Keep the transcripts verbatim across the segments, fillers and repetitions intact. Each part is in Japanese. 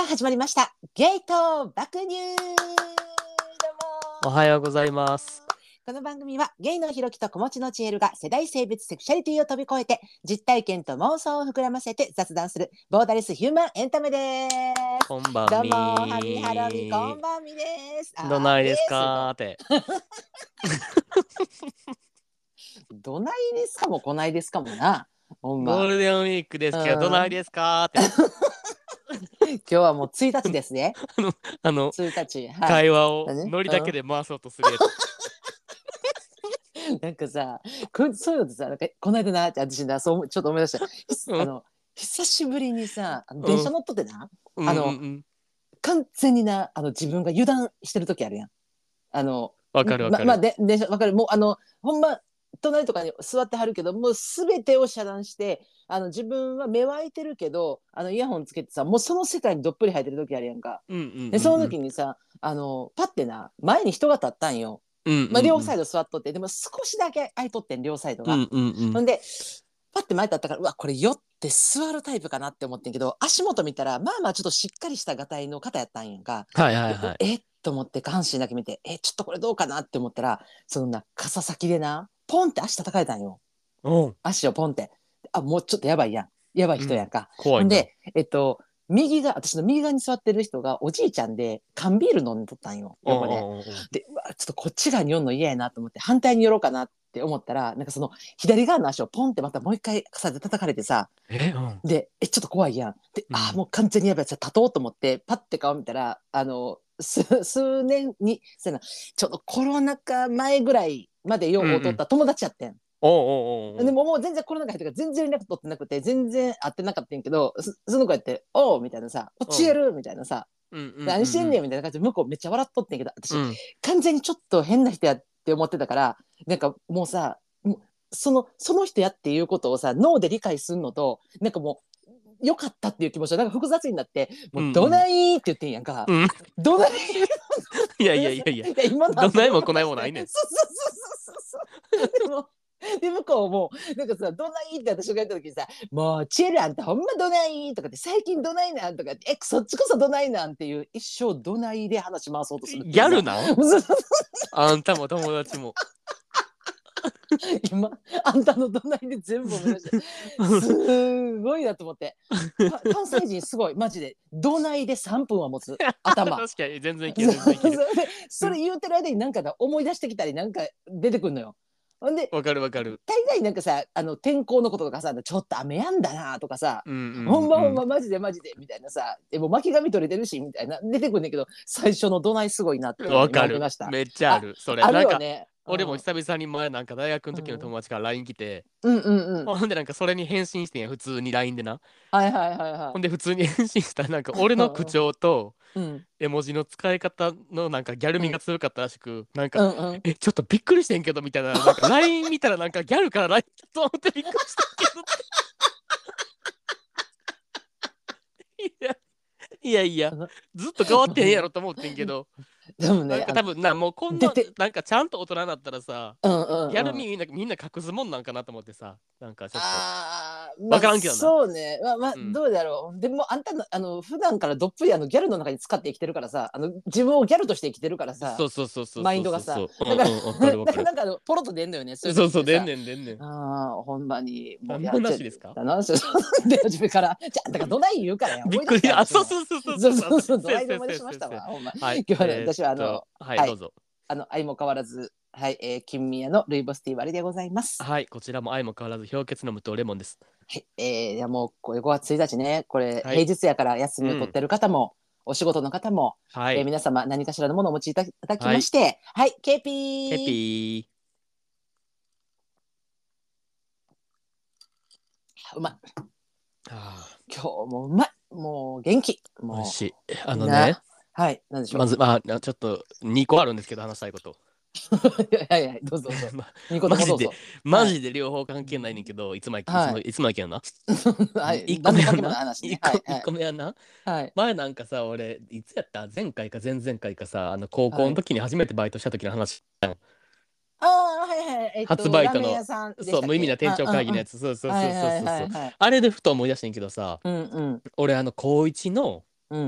始まりましたゲイと爆乳。どうもおはようございます。 この番組はゲイのひろきと子持ちのちえるが世代性別セクシャリティを飛び越えて実体験と妄想を膨らませて雑談するボーダレスヒューマンエンタメです。 こんばんみどうもハミハロミこんばんみです。 どないですかーってどないですかもこないですかもな。ほんまゴールデンウィークですけど、 うんどないですかーって今日はもうついたちですね。 あのあのついたち、はい、 会話を何ノリだけで回そうとするやつ、 なんかさ、こそういうのってさ、なんかこの間な、私な、そうちょっと思い出した。 うんあの久しぶりにさ、あのうん電車乗っとってな、 うんあの、 うんうん完全にな、あの自分が油断してる時あるやん。あの、 わかるわかる、 ままあで電車わかる。もうあのほんま隣とかに座ってはるけど、もうすべてを遮断して、あの自分は目は開いてるけど、あのイヤホンつけてさ、もうその世界にどっぷり入ってる時あるやんか。 うんうんうんうん、 でその時にさ、あのパッてな前に人が立ったんよ。 うんうんうん、 まあ、両サイド座っとって、でも少しだけ空いとってん両サイドが、 うんうんうん、 ほんでパッて前立ったから、うわこれ酔って座るタイプかなって思ってんけど、足元見たらまあまあちょっとしっかりしたがたいの方やったんやんか。 はいはいはい、 えっと思って下半身だけ見て、えちょっとこれどうかなって思ったら、そんな傘先でなポンって足叩かれたんよ。 お足をポンって、あもうちょっとやばいやん、やばい人やんか、 うん、怖いな。 ほんでえっと右が私の右側に座ってる人がおじいちゃんで缶ビール飲んでとったんよ横で。 おうおうおうでうわちょっとこっち側に寄るの嫌やなと思って反対に寄ろうかなって思ったら、なんかその左側の足をポンってまたもう一回傘で叩かれてさ、 え、うん、 でえちょっと怖いやんで、 うん、 あもう完全にやばいやつ立とうと思ってパッて顔見たら、あの数数年にせなちょっとコロナ禍前ぐらいまでようを取った友達やってん、うんうん、 おうおうおうおう、 でももう全然コロナ禍入ってから全然連絡取ってなくて全然会ってなかったんやけど、そその子やって「おう」みたいなさ「こっちやる」みたいなさうんうんうんうん、 何してんねんみたいな感じで向こうめっちゃ笑っとってんけど、私、 うん、 完全にちょっと変な人やって思ってたから、なんかもうさそのその人やっていうことをさ脳で理解するのと、なんかもう良かったっていう気持ちがなんか複雑になって、もうどないって言ってんやんか、 うんうん、 どないいやいやいやいや、 いや今のどないもこないもないねん。 そうそうそうそうそうでもで向こうもなんかさ「どない?」って私が言った時にさ「もうチエルあんたほんまどない?」とかって「最近どないなん?」とかって「えそっちこそどないなん?」っていう一生どないで話し回そうとするっていうギャルなんそうそうあんたも友達も今あんたのどないで全部思い出してすごいなと思って、か関西人すごいマジでどないでさんぷんは持つ頭確かに全然いける全然いけるそれ言うてる間になんか思い出してきたりなんか出てくるのよ。ほんでわかるわかる、 大概なんかさ、あの天候のこととかさ、ちょっと雨やんだなとかさ、 うんうんうん、 ほんまほんまマジでマジでみたいなさ、でも巻き髪取れてるしみたいな出てくるんだけど、最初のどないすごいなってわかる今思いました。 めっちゃあるそれあるなんかよね。 俺も久々に前なんか大学の時の友達から ライン 来て、 うんうんうん。 ほんでなんかそれに返信してんや普通に ライン でな、 はいはいはいはい。 ほんで普通に返信したらなんか俺の口調とうん絵文字の使い方のなんかギャル味が強かったらしく、なんかうんうん。 えちょっとびっくりしてんけどみたいな、なんか ライン 見たらなんかギャルから ライン と思ってびっくりしたけどいやいやいやずっと変わってへんやろと思ってんけど、 でもね、 なんか多分なもうこんな出て、 なんかちゃんと大人になったらさ、 うんうんうん。 ギャル味みんなみんな隠すもんなんかなと思ってさ、なんかちょっとあー、まあわからんけどな。 そうね、まあまあうん、 どうだろう。でもあんたのあの普段からどっぷりあのギャルの中に使って生きてるからさ、あの自分をギャルとして生きてるからさ、 そうそうそうそうマインドがさ、 そうそうそう、うんだから、 うん、わかるわかる。 だからなんかあのポロッと出んのよね、そういうそうそう、でん時ってさ。 ねんでんねん。 ああ、ほんまにもう何のやっちゃ話ですか？ だな、そうで自分からじゃあだからどない言うからやびっ思い出したよくりあ、そう私も。 そうそうそうそうそうそうそう、どないでせっせっ思い出しましせっせっせ。 たわ、ほんま。 はい、 今日はね、 えーっ私はあのと、はい、 はい、 どうぞ。 あの愛も変わらず、はい、えー、金宮のルイボスティー割りでございます。 はい、こちらも愛も変わらず氷結の無糖レモンです。 はい、えー、いやもうこれごがつついたちね、これはい、 平日やから休みを取ってる方も、お仕事の方も、えーはい、 皆様何かしらのものをお持ちいただきはい、 まして、はい、ケーピケー。 ピー。 うまい。 あ今日もうまい。もう元気。 ー、美味もしい。あうのね、 はい、なんでしょう。 まず、まあ、ちょっとにこあるんですけど、話したいこと。 いやいやいや、どうぞどうぞ。 まニコとマジで、 もどうぞ。はい。 マジで両方関係ないねんけど、いつもやいつも、 はい。 いつもやけどな。 はい。 1個何の関係もない目はな、1 話ね。は個、 い。はい。 一個目はな、 はい。 前なんかさ、俺、いつやった前回か前々回かさ、あの、高校はい。 の時に初めてバイトした時の話。 ああ、はいはい。えっ初と、ラーメンバイトの、 屋さんでそう、 したっけ？ 無意味な店長会議あ、うんうん。 のやつ。そうそうそうはいはいそうそうそう。 はいはい。 あれでふと思い出してんけどさ、 うんうん。 俺、あの、高一のうん。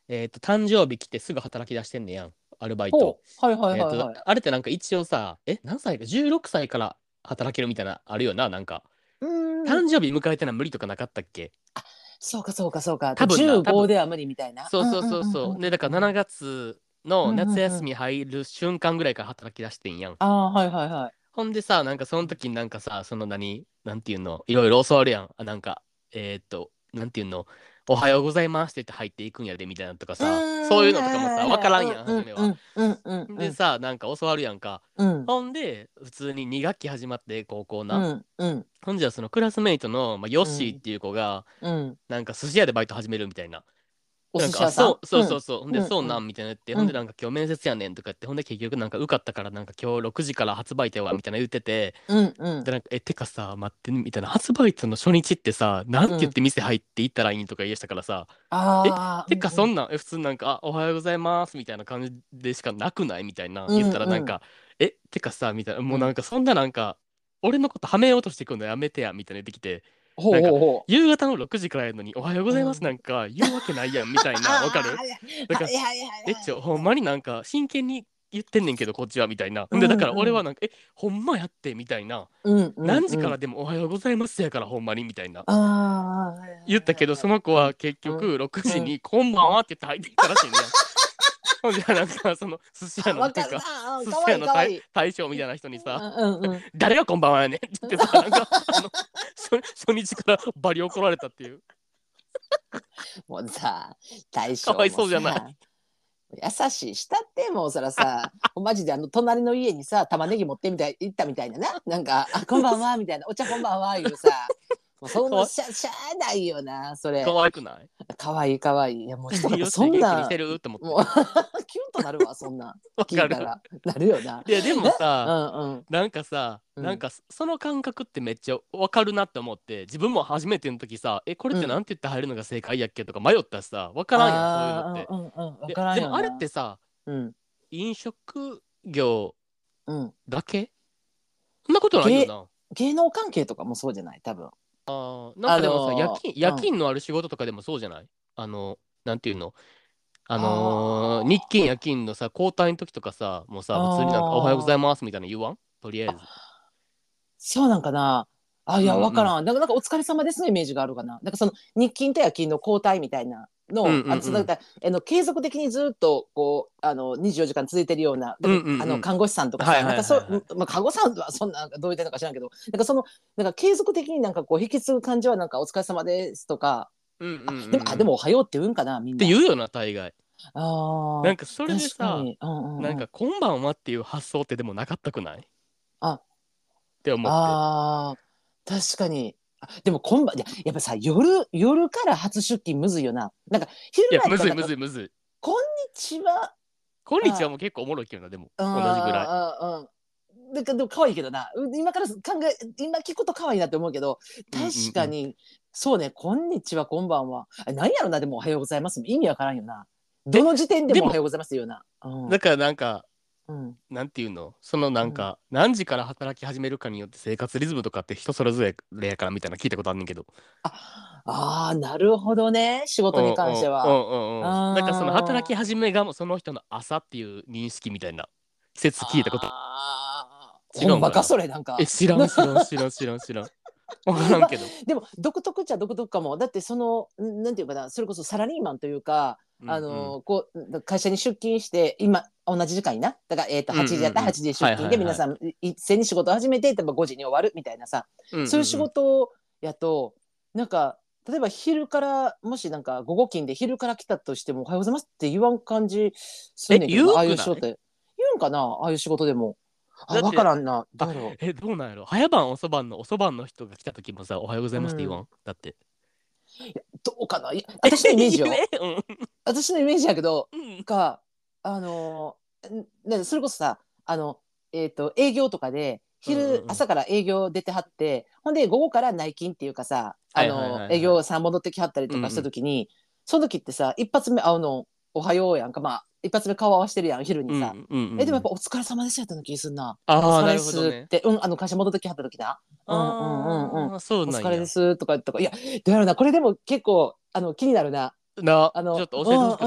えっと誕生日来てすぐ働き出してんねやん、アルバイほト。 う。はいはいえっとはいはい。 あれってなんか一応さ、え何歳かじゅうろくさいから働けるみたいなあるよな、なんかうーん。 誕生日迎えてな無理とかなかったっけ？ そうかそうかそうか。 多分な、多じゅうご分。 では無理みたいな。 そうそううんうんそうそう。で、だからうんうんしちがつうん。 のうんうんうん。 夏休み入る瞬間ぐらいから働き出してんやん。 ああ、はいはいはい。 ほんでさ、なんかその時になんかさ、その何、なんていうの、いろいろ教わるやん。あ、なんか、えーっと、なんていうの、おはようございますって言って入っていくんやでみたいなのとかうさ、そういうーん、 のとかもさ、 はいわからんやん、 はいはい。 初めは。 うんうんうんうんでさ、なんか教わるやんか。 うん。 ほんで、普通にに学期始まって高校な。 うんうんほんじゃ、そのクラスメイトの、まあ、ヨッシーっうんていう子が、 うん。 なんか寿司屋でバイト始めるみたいな。 おなんか、あ、 寿司屋さん。 そう、そううんそうそう。ほんで、 うんうんそうなんみたいな言って、ほんで、なうんんか今日面接やねんとか言って、ほんで結局なんか受かったからなんか今日ろくじから発売店はみたいな言ってて、 うんうんで、なんか、え、てかさ、待ってみたいな、発売店の初日ってさ、なんてうん。 言って店入って行ったらいいんとか言い出したからさ、え、 ああ、うてんうんかそんなん、え、普通なんか、あ、おはようございますみたいな感じでしかなくないみたいなうん言ったらうんなんか、え、てかさ、みたいな、もうんうなんかそんななんか、俺のことはめようとしてくんのやめてや、みたいな言ってきて、 ほうなんか、 ほうほ夕方のろくじからやるのに、おはようごう。うざいますなん。 んか言うわけないやん、みたいな、わかる？ ああ、はいだから、 はいはいはいえ、ちょ、ほんはい。 まになんか、真剣に言ってんねんけど、こっちは、みたいな。 うんで、だからんうん俺はなんか、え、ほんまやって、みたいな。 うんうん何時うん。 からでもおはようございますやから、ほんまに、みたいな。 ああ、はいはい言ったけど、そはいの子はい。 は結うんうん局、ろくじうん。 に、こんばんはって言って入ってきたらしいねん。ほんじゃ、なんか、その、寿司屋あ、わかるのなんか、 な。うん、 寿かわい司屋の大いかわいい。 大将みたいな人にさ、 うんうんうん。 誰がこんばんはやねんって言ってさ、なんか、あの、初初日からバリ怒られたっていう。 もうさ、大かわ将もいそうじゃない。 さ、優しいしたってもうそらさ、マジであの隣の家にさ玉ねぎ持ってみたい行ったみたいなな、なんか「あこんばんは」みたいな「お茶こんばんは」いうさ、もうそんかわ、 なしゃしゃあないよなそかれ。 わいくない？ かわいいかわいい。いやもう人とかよし、 そんな元気にしてるって思って。 もうキュンとなるわそんなんわかる。 聞いたらなるよな。 いや、でもさ、 なうんうんなんかさ、 うんなんかそその感覚ってめっちゃわかるなって思って、自分も初めての時さ、え、これっうん。 てなんて言って入るのが正解やっけとか迷ったしさ、わからんやん、そういうのっあて。 あうんうんうん分で、 からんでもあれっよな。 てさ、 うん飲食業うんだけそんなことないよ芸な。 芸能関係とかもそうじゃない多分。 あーなんあかでもさ、夜の勤、夜ーうん勤のある仕事とかでもそうじゃない？あの、なんていうの？あのー日あ勤夜勤のさ、交代の時とかさ、もうあ、 さ、普通になんかおはようございああ、 ますみたいなの言わんとりあえず。 そうなんかな。あ、いや、 うんうん。 わからん。なんか、なんかお疲れ様ですのイメージがあるかな。なんかその日勤と夜勤の交代みたいなの、 うんうんあの、その、なんうん。 か、あの、継続的にずっと、こう、あの、にじゅうよじかん続いてるような、だうんから、あの、 うんうん。 看護師さんとかさ、なんはいはいかそう、 はいはい。 まあ、看護師さんはそんな、どう言ってんのか知らんけど、なんかその、なんか継続的になんかこう、引き継ぐ感じは、なんか、お疲れ様ですとか、 うんうんうんあ、でも、あ、 うん。っでも、おはようって言うんかな、みんな。 て言うよな、大概。なああ、 んかそれでさ、 確かに。うんうんうん。 なんか今晩はっていう発想ってでもなかったくないっあ、 て思って。 ああ、確かに。あでも今晩、いや、やっぱさ、夜、夜から初出勤むずいよな。なんか、昼いや、 間やったら、 むずいなんか、 むずいむずい。 こんにちは、 今日はあ、 もう結構おもろいけどな、でも。 うん、 同じぐらい。 うん、うん。だけど、可愛いけどな。う今から考え、今聞くと可愛いなって思うけど、 うんうんうん。 確かに、そうね、こんにちは、こんばんは。あ何やろな、でも、おはようございます。意味わからんよな。どえ、 の時点ででも、 もおはようございますよな。うん、 だからなんか、 うん、 なんていうのそのなうん。 んか、何時から働き始めるかによって生活リズムとかって人それぞれやからみたいなの聞いたことあんねんけど。 あ、あーなるほどね。仕事にうんうんう関しては。 んうんうん。なんかその働きあ始めがもうその人の朝っていう認識みたいな説聞いたことあー、ほんまか、 違うんかな？ それ、なんえ、 か。 知らん知らん知らん知らん知らん。わからんまあ、 けど。 でも、独特っちゃ独特かも。だって、その、んなんていうかな、それこそサラリーマンというか、 うんうん。 あの、こう、会社に出勤して、今、同じ時間にな。だから、えっと、 うんうはちじやったらんうん。 はちじ出はい勤で、 はいはい。 皆さん、い一斉に仕事を始めて、例えばごじに終わるみたいなさ、 うんうんそういう仕うん。 事やと、なんか、例えば昼から、もしなんか午後勤で昼から来たとしても、おはようございますって言わん感じすんえ、言ねんけどな、ああいうくない？ う仕事って。言うんかな、ああいう仕事でも。あ、わかだって、 らんな。どあ、 うやろえ、どうなんやろ？早晩遅晩の遅晩の人が来た時もさ、おはようございう。うますって言わん。 んだって。 どうかな。いやえ、 私のイメージよ。 言うね。うん。 私のイメージやけど、 うん。 か、あのー、ね、それこそさ、あの、えっと、営業とかで、 うんうん昼、 うん。 朝から営業出てはって、ほんで、午後から内勤っていうかさ、あはいはいの、 はいはい。 営業さん戻ってきはったりとかしたうんうん。 時に、その時ってさ、一発目会うの、おはようやんか、まあ、一発目顔合わしてるやん、昼にさ。 うんうんうんえ、でもやっうん。 ぱお疲れ様ですやったの気すんな。おああ、な疲れでるほどね。 すって、うん、あの会社戻ってきはった時な。うんうんうんうん。 ああ、そうおなんや。 疲れですとか言ったか、いや、どうやろうな、これでも結構、あの、気になるな。 な、 あの、 ちょっと教えてほうんうん。 しくない？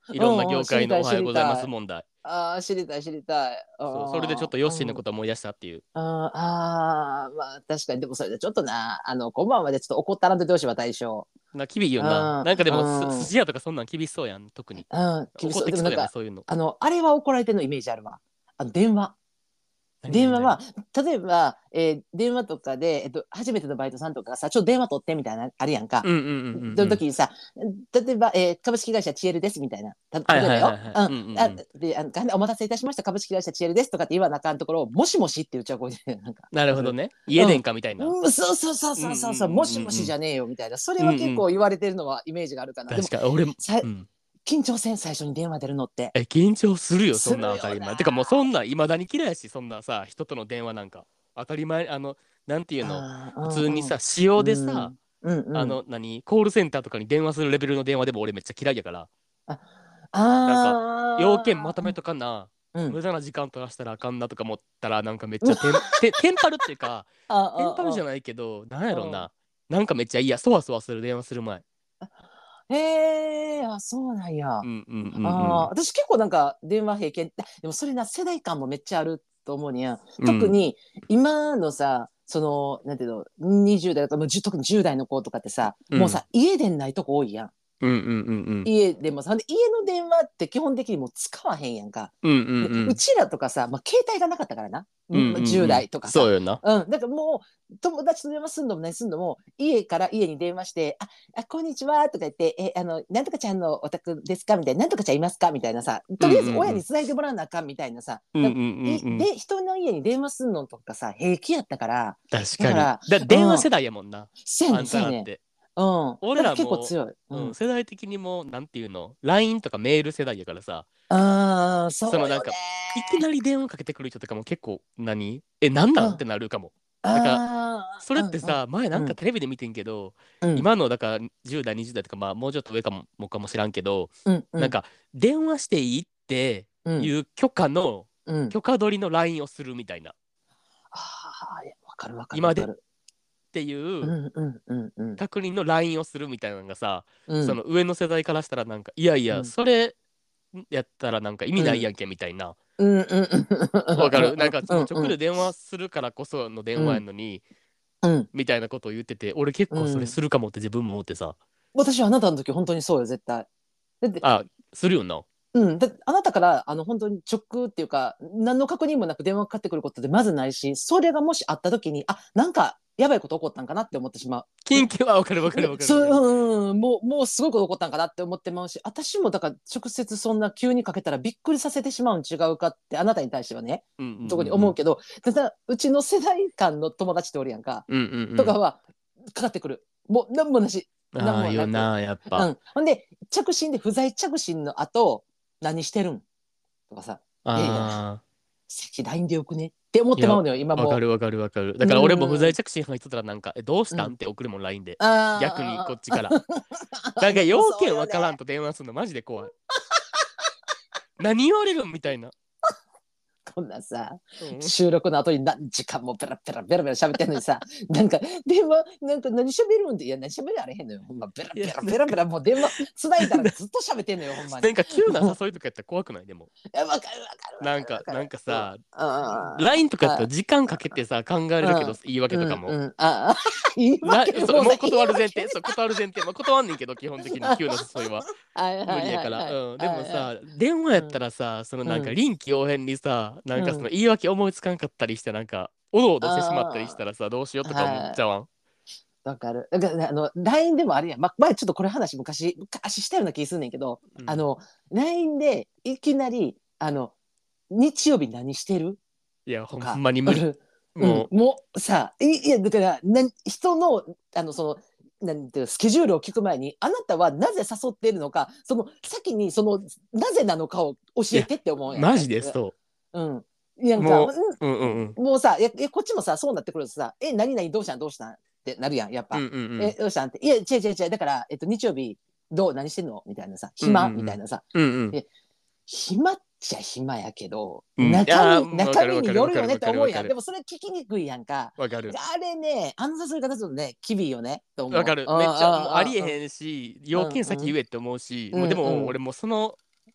いろんなうんうん、知りたい、 業界のおは知ようございまりたい。 す問題。 ああ、知りたい、知りたい。 そう、それでちょっあとヨッあ、うん。 シーのこと思い出したっていう。 あーあー、まあ確かに、でもそれでちょっとな、あの、今晩までちょっと怒ったらんといてほしいわ、大将。 な、厳しいよな。 うん、 なんかでもす、 うん、 寿司屋とかそんなん厳しそうやん、特に。 うん、厳しそう。 怒ってきそうやね、 でもなんか、 そういうの。 あの、あれは怒られてるのイメージあるわ。あの、電話。 何何何。 電話は、例えば、えー電話とかで、えっと、初めてのバイトさんとかがさ、ちょっと電話取ってみたいな、あるやんか。 うんうんうんうんそうん。 の時にさ、例えば、えー株式会社チエルですみたいな。たはい例えばよ。 はいはいはい。 うん。 うんうんあ、 うん。 で、あの、お待たせいたしました。株式会社チエルですとかって言わなあかんところを、もしもしって言っちゃう声で、なんか、わかる？ なるほどね。家電うん。 かみたいな。 うん、そうそうそううんうんそうそうそう、もしもしじうんゃねえよみたいな。それうんうん。うんうん。 は結構言われてるのはイメージがあるかな。でも、 確かに、俺も、 さ、 うん。 緊張せん、最初に電話出るのって。 え、緊張するよ、そんなするよな。 当たり前。てかもうそんな、いまだに嫌いやし、そんなさ、人との電話なんか。当たり前、あの、なんていうの、 あ普通にあ、 さ、仕様でうん、うさ、 ん、うん、うん。 あの、何、コールセンターとかに電話するレベルの電話でも俺めっちゃ嫌いやから、 あ、 なんか、要件まああ、 とめとかな、 うん、 無駄な時間取らせたらあかんなとか思ったら、なんかめっちゃテン、テン、テンパるっていうか、 あテンパるじあ、あゃないけど、なんやろあ、 な。なんかめっちゃいいや、そわそわする電話する前。 へえ、あ、そうなんや。あうんうんあ、 うん私結構なんか電話平気。でもそれな、世代間もめっちゃあると思うにや。 うん。うん。 特に今のさ、その、なんていうの、にじゅう代とか、もうじゅ特にじゅう代の子とかってさ、 うん。 もうさ、家でないとこ多いやん。 うんうんうんうん。 家でもさ、で家の電話って基本的にもう使わへんやんか。 うんうんで、 うん。 うちらとかさ、まあ、携帯がなかったからな。 うんまあうん 10 うん。 代とかさ。 そうよな。 うん。だからもう、友達と電話すんのも何すんのも、家から家に電話して、あ、あこんにちはとか言って、え、あの、なんとかちゃんのお宅ですかみたいな、なんとかちゃんいますかみたいなさ、 うんうんとりあえず親うん。 に繋いでもらわなあかんみたいなさ、だうんうんうんいうん。 で、人の家に電話すんのとかさ、平気やったから、 確かに。 だから、 だ、 うん、 電話世代やもんな。 せやねん、 あんせやねん。 たらって。 うん。 俺だから結構らも、 強い。ううん、 ん。 世代的にも、なんていうの、ライン とかメール世代やからさ、 ああ、そうよねそのなんか、いきなり電話かけてくる人とかも結構何、え、なんなー。うん。 んってなるかも。だから、 あそれあ、うんうんってさ、前なんかうんテレビで見てんけど、 うん今のだからじゅう代、にじゅう代とか、まあもうちょっと上かも、もかもしらんけど、 うんうんなんか電話していいってうんいう許可の、 うん。 許可取りの ライン をするみたいな。 ああ、わかるわかるわ今でっかる。 ていううんうんうんうん確認の ライン をするみたいなのがさ、 うんその上の世代からしたらなんか、いやいや、 うんそれやったらなんか意味うんないやんけみたいな。 うんうんわかるなんかうんうんもう直で電話するからこその電話やうんのに、 うんみたいなことを言ってて、俺結構それうん。 するかもって自分も思ってさ、 私はあなたの時本当にそうよ絶対。だってあ、するよな。 うん、だあなたからあの本当に直っていうか何の確認もなく電話かかってくることってまずないし、それがもしあった時にあなんかやばいこと起こったんかなって思ってしまう。 緊急はわかるわかるわかるそう、 わかる。 うんうん、もう、もうすごいこと起こったんかなって思ってまうし、私もだから直接そんな急にかけたらびっくりさせてしまうん違うかってあなたに対してはね、 うんうん特にうんうん。 思うけど、ただ、うちの世代間の友達っておるやんか、 うんうんとかはかかってくる。もう、なんもなし。 うん。ああ、 なんもなく。 よな、やっぱ。 うん。ほんで、着信で不在着信の後、何してるんとかさ、いやいや、 ああ。 さっき ライン でよくねって思っいや、 てまうのよ、今もわかるわかるわかる。だう。 から俺も不うん。 在着信入っとったらなんか、え、どうしうん。 たんって送るもん、ライン で。逆にこあっちから。 あ、 なんかでも要件そうよね。 わからんと電話するのマジで怖い。何言われるんみたいな。 こんなさ、 うん。 収録の後に何時間もペラペラペラペラ喋ってんのにさ、なんか電話、なんか何喋るんで、いや、何喋られへんのよ。ほんま、ペラいや、 ペラなんか、 ペラペラ、もう電話つないだらずっと喋ってんのよ、ほんまに。 なんか急なもう、 誘いとかやったら怖くないでも。 いや、わかるわかるわなんか、なんかるわかる。うん。 かさ、 あライン とかやったらあ、 時間かけてさ、考えれるけど、 うん、 言い訳とうん、 かも。 うん、ああ、言いな、 訳、 そう、 もうさ、 もう言い訳で断る前提、そう、断る前提。まあ、断んねんけど、基本的に急な誘いは。 はいはい無理やから。 はいはい。 うん。ではいはい。 もさ、電話やったうん、 らさ、そのなんかうん、 臨機応変にさ、なうんかそのん。 言い訳思いつかんかったりして、なんか、おどおどしてしまったりしあたらさ、どうしようあ、 とか思っはい。 ちゃわん。 わかる。だから、ね、あの、ライン でもあるやん。ま、前ちょっとこれ話昔、昔したような気すんねんけど、 うん。 あの、ライン でいきなり、あの、日曜日何してるいや、ほんとか、 まに無理。 うんうん、 ももうさ、いいや、だから、な人の、あの、その、なんていうスケジュールを聞く前に、あなたはなぜ誘っているのか、その、先に、その、なぜなのかを教う、いや、 えてって思うやんか。 マジでそうん。なんか、 う。もう、うんうんうん。 もうさ、いや、いやこっちもさ、そうなってくるとさ、え、何々どうしたんどうしたんってなるやん、やっうんぱ。え、 うんうん。 どうしたんって。いや、違う違う違う。だから、えっと、日曜日、どう何してんのみたいなさ、 うんう暇みんうん。 たいなさ。 うんうん。 え、暇っちゃ暇やけど、 うん。いやー、 中身、 うんわか中身るわかるわによるよねっかるわかて思うやん。でるわかる。 もそれ聞きにくいやんか。 わかる。 あれね、あの誘い方するとね、きびいよね、と思う。 わかる。 うんうめっちゃ、もうありえんへんし、 う要件んうん。 先言えって思うし、 うんもうでも、 うんうん。 俺もうその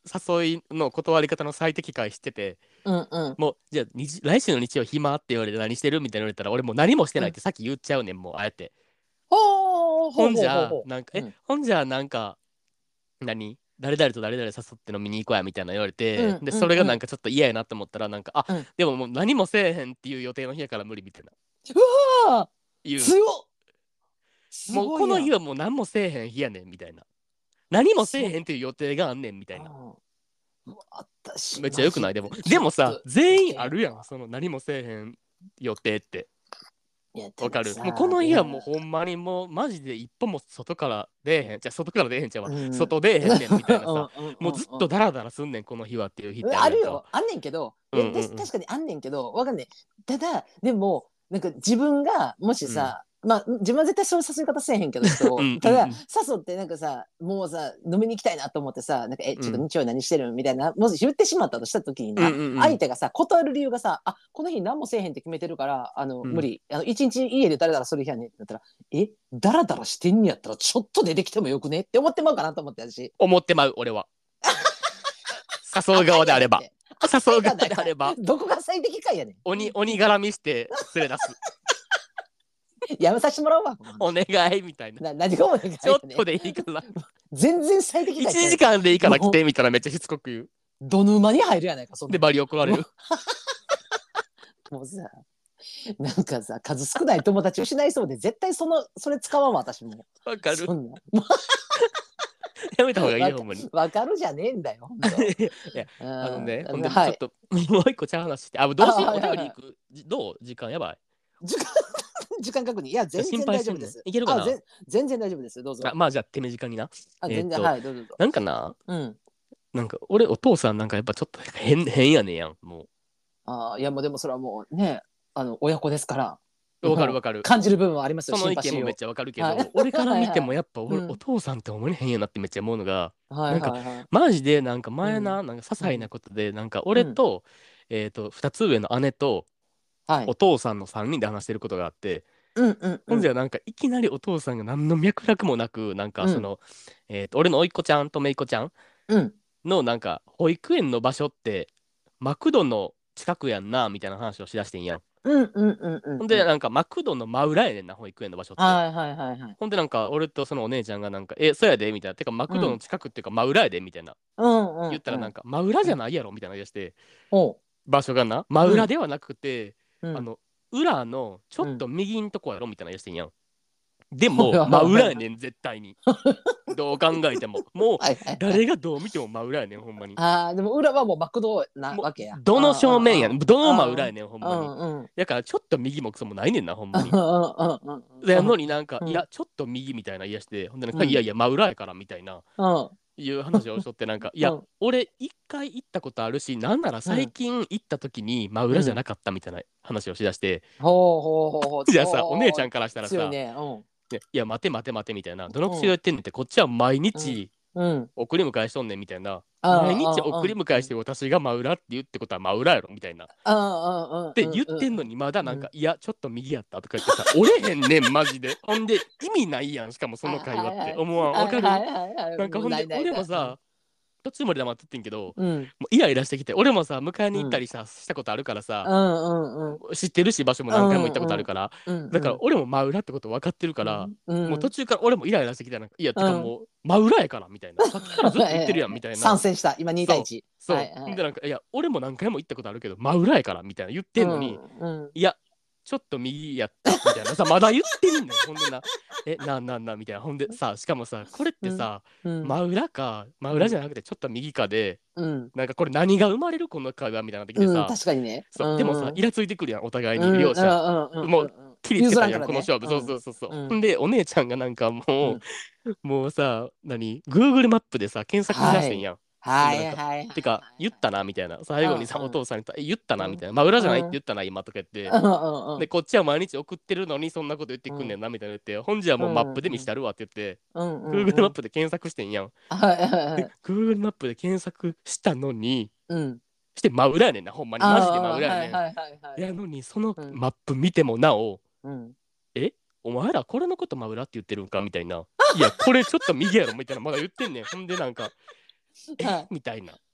誘いの断り方の最適解知ってて、 うんうんもうじゃあ日来週の日曜暇って言われて何してるみたいな言われたら俺もう何もしてうん。 ないってさっき言っちゃうねん、もうあえて。 ほうほうほんじほうほうほゃなんかう。うんえほんじゃなんか何誰々と誰々誘って飲みに行こうやみたいな言われて、 うんでうんうん。 それがなんかちょっと嫌やなと思ったらなんかあうん。 でももう何もせえへんっていう予定の日やから無理みたいなうわー、 言う。 強っ。すもうこごいやん。 の日はもう何もせえへん日やねんみたいな。何もせえそへんっていう予定があんねんみたいな。 あー、私めっちゃマジよくないでも。でもさ、 でちょっとで全員あるやん。 きへんわ。 その何もせえへん予定って。 いやでわかもさ、 るもうこのいや、 日はもうほんまにもうマジで一歩も外から出えへん。じゃあ外から出えへんちゃうわ。 うん。うん外出えへんねんみたいなさ。 うんうんもうずっうん。 とダラダラすんねん、この日はっていう日ってあるやんか。 あるよ、あんねんけど、いや、 うんうんうん。 確かにあんねんけど、わかんねえ。ただ、でも、なんか自分が、もしうん。 さ、まあ、自分は絶対そういう誘い方せえへんけど、人うを。ただ、 んうん誘ってなんかさ、もうさ、飲みに行きたいなと思ってさ、なんか、え、 うん。うん。 ちょっと日曜何してるみたいな、もし言ってしまったとした時にうんうな、 んうん。 相手がさ、断る理由がさ、あ、この日何もせえへんって決めてるから、あの、 うん。 無理。あの、一日家で誰々する日やねんってなったら、え、ダラダラしてんやったら、ちょっと出てきてもよくねって思ってまうかなと思って私。 思ってまう、俺は。誘うあかん側であれば。 やろって。あか誘う側んやないかい。 であれば、 どこが最適解やねん。 鬼、鬼絡みして連れ出す。 やめさせてもらおうわ、このお話。 願いみたいな。 な、何がお願いちょっやねん。 とでいいから。 全然最適解ち 1 ゃう。 時間でいいから来もてみたらめっちゃしつこく言う。 う、ど沼に入るやないか、そんで、 なん。 バリ怒られもる。 う、もうさ、なんかさ、数少ない友達失いそうで、絶対その、それ使わんわ、私も。 わかる。 そんな。 やめた方がいいよ、 わかほんまに。 わかるじゃねえんだよ、ほんと。 いや、 うあのね、ほんん、 で、 はい。 ちょっと、もう一個ちゃう話して。あ、どうあ、 しよう、おはいはいはい。 便り行く。じどう時間やばい。 時間、時間確認。いや、 じゃあ心全然配してんねん。 大丈夫です。あ、 いけるかな。 ぜ全然大丈夫です。どうあ、 ぞ。 まあ、じゃあ手短にな。 あ、全然、 えーっと、 はい、どうぞどうぞ。 なんかな、 うん。 なんか、俺、お父さんなんかやっぱちょっと変、変やねんやん、もあー、いや、もうでもそれはもうね、あの、親子ですから、 う。わかるもうわかる。 感じる部分はありますよ、 そのシンパシーを。 意見もめっちゃわかるけはい。 ど、俺から見てはいはい。 もやっぱ俺、おうん。 父さんってお前に変やなってめっちゃ思うのが、 はいなんか、 はいはい。 マジでなんかうん。 前な、なんか些うん。 細なことで、なんかうん。 俺と、えっと、二つ上の姉とはい。 お父さんの三人で話してることがあって、 うんうんうん。 ほんじゃなんかいきなりお父さんが何の脈絡もなく、なんかうん。 その、えっと、俺の甥っ子ちゃんと姪っ子ちゃんうん。 のなんか保育園の場所ってマクドの近くやんな、みたいな話をしだしてんやん。 うんうんうんうんほんで、 うん。 なんかマクドの真裏やねんな、保育園の場所って。 はいはいはいはい。 ほんで、なんか俺とそのお姉ちゃんがなんか、え、そうやでみたいな。てか、マクドのうん。 近くっていうか、真裏やでみたいな。 うんう言ったら、 んうん。 なんか、真裏うん。 じゃないやろみたいな言い出して、 おう。 場所がな、真うん。 裏ではなくて、 うん。 あの、裏のちょっうん。 と右んとこやろみたいな言い出してんやん。ではいも、真はいはいはい。 裏やねん、絶対に。どう考えても。もう、 はいはいはい。 誰がどう見ても真裏やねん、ほんまに。 ああ、でも裏はもうマクドなもう、 わけや。 どの正面やねん。 あどの真裏あ、 やねん、ほんああ、 まに。 うんうん。 だから、ちょっと右もクソもないねんな、ほんまに。 うんうんうんやのうんになんか、いや、 うん。 ちょっと右みたいな言い出して、ほんでなんか、いやうん。 いや、真裏やからみたいな。 うん。 いう話をしとってなんか、いや、 うん。 俺一回行ったことあるし、なんならうん。 最近行った時に真裏じゃうん。 なかったみたいな話をしだして、 ほうほうほうほう。 じゃあさ、お姉ちおー、 ゃんからしたらさ、 強いね。うん。 ねいや、待て待て待てみたいな、どのうん。 口が言ってんねんって、こっちは毎うん。 日うん。 送り迎えしとんねんみたいな、 あ毎日あ、ああ、 送り迎えして私が真裏って言うってことは真裏やろみたいな。っああ、ああ、 て言っうんうんてんのにまだうん。うん。 なんか、いや、ちょっと右やったとか言ってさ、折れへんねん、マジで。ほんで、意味ないやん、しかもそのはい会話ってはいはい。 思わん。わかるはいはいはいはい。 なんかほんで、 もうないないない。うん。 俺もさ、途中まで黙ってってんけど、 うん。 もうイライラしてきて、俺もさ、迎えにうん。 行ったりさ、したことあるからさ、 うんうんうん。 知ってるし、場所もう何回も行ったこんうん。 とあるから、 うんだからうん。 俺も真裏ってこと分かってるから、 うん。うもう途ん。 中から俺もイライラしてきたら、いや、てうん。 かもう、真裏やからみたいな。さっきからずっと言ってるやんみたいな。 参戦した。今に対そう、 いち。はそう。 いはい。 で、なんか、いや、俺も何回も行ったことあるけど、真裏やからみたいな言っうてんのに、 んうん。 いや、ちょっと右やったみたいなさ、まだ言ってみんのよ。ほんでな、え、なんなんなんみたいな。ほんでさ、しかもさ、これっうん。 てさ、 うん。 真裏か、真うん。 裏じゃなくてちょっと右かで、 うん。 なんかこれ何が生まれるこの会話みたいになってきてうん、 さ、 確かにね。うそう、でもさ、 んうん。 イラついてくるやん、お互いに、 うん、うん、うん、 両者。 うん、 もう、 うん。 切りつけ譲たんやん、 らんからね。 この勝負。そううん。 そうそうそう。 うん。 ほんで、お姉ちゃんがなんかもうん。 う、もうさ、何 ?Google マップでさ、検索しだはい。 してんやん。ほんはいでなんか、 はいはいはいてか、言ったなみたいな。最後にさ、 はい。 お父さんに言った、え、言ったうん。うん。 なみたいな。まあ、裏じゃないってうん。 言ったな、今とか言って。 うんうんうで、 ん。 こっちは毎日送ってるのに、そんなこと言ってうん。 くんねんな、みたいな言って、ほんじゃもうマッうん。 プでうん。 見したるわって言って、 うんうん Google うん。 マップで検索してんやん。 はいはいで、 はい。 Google マップで検索したのに、 うん。 して真裏やねんな、ほんまに。マジで真ああ、 裏やねん。 はいはいはいはい。 やのに、そのうん。 マップ見てもなお、 うん。 えお前らこれのこと真裏って言ってるんかみたいな。いや、これちょっと右やろみたいな、まだ言ってんねん。ほんでなんか、えはい。 みたいな。